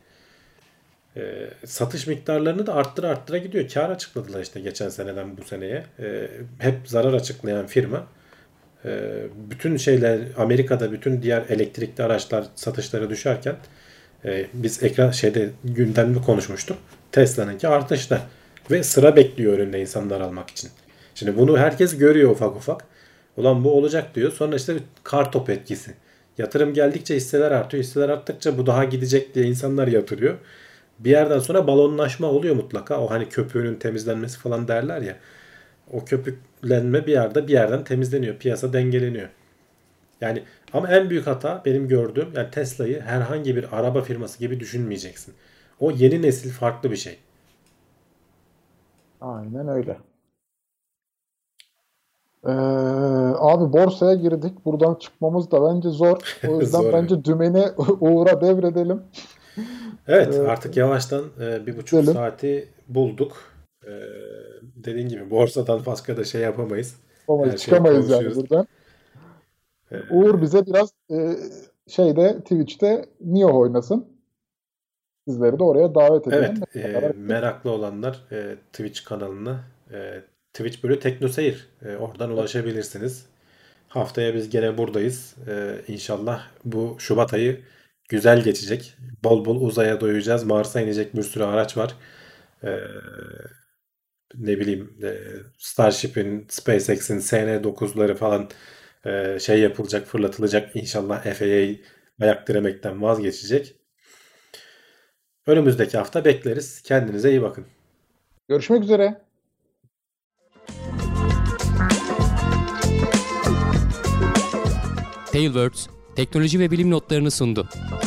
Ee, satış miktarlarını da arttıra arttıra gidiyor. Kar açıkladılar işte geçen seneden bu seneye. Ee, hep zarar açıklayan firma. Ee, bütün şeyler Amerika'da bütün diğer elektrikli araçlar satışları düşerken e, biz ekran şeyde gündemde konuşmuştuk. Tesla'nınki artışta ve sıra bekliyor önünde insanlar almak için. Şimdi bunu herkes görüyor ufak ufak. Ulan bu olacak diyor. Sonra işte kar topu etkisi. Yatırım geldikçe hisseler artıyor. Hisseler arttıkça bu daha gidecek diye insanlar yatırıyor. Bir yerden sonra balonlaşma oluyor mutlaka. O hani köpüğünün temizlenmesi falan derler ya. O köpüklenme bir yerde bir yerden temizleniyor. Piyasa dengeleniyor. Yani ama en büyük hata benim gördüğüm yani Tesla'yı herhangi bir araba firması gibi düşünmeyeceksin. O yeni nesil farklı bir şey. Aynen öyle. Ee, abi borsaya girdik. Buradan çıkmamız da bence zor. O yüzden Zor evet. bence dümeni Uğur'a devredelim. Evet Ee, artık yavaştan e, bir buçuk gidelim. saati bulduk. E, dediğin gibi borsadan başka da şey yapamayız. Ama Her şeyi çıkamayız yani konuşuyoruz. buradan. Uğur E, bize biraz e, şeyde Twitch'te Nioh oynasın. Sizleri de oraya davet edelim. evet Beraber e, açtık. meraklı olanlar e, Twitch kanalına e, Twitch böyle Teknoseyir e, oradan ulaşabilirsiniz. Haftaya biz gene buradayız. Ee, İnşallah bu Şubat ayı güzel geçecek. Bol bol uzaya doyacağız. Mars'a inecek bir sürü araç var. Ee, ne bileyim e, Starship'in, SpaceX'in S N dokuzları falan e, şey yapılacak, fırlatılacak. İnşallah F A A ayak diremekten vazgeçecek. Önümüzdeki hafta bekleriz. Kendinize iyi bakın. Görüşmek üzere. Tailwords, teknoloji ve bilim notlarını sundu.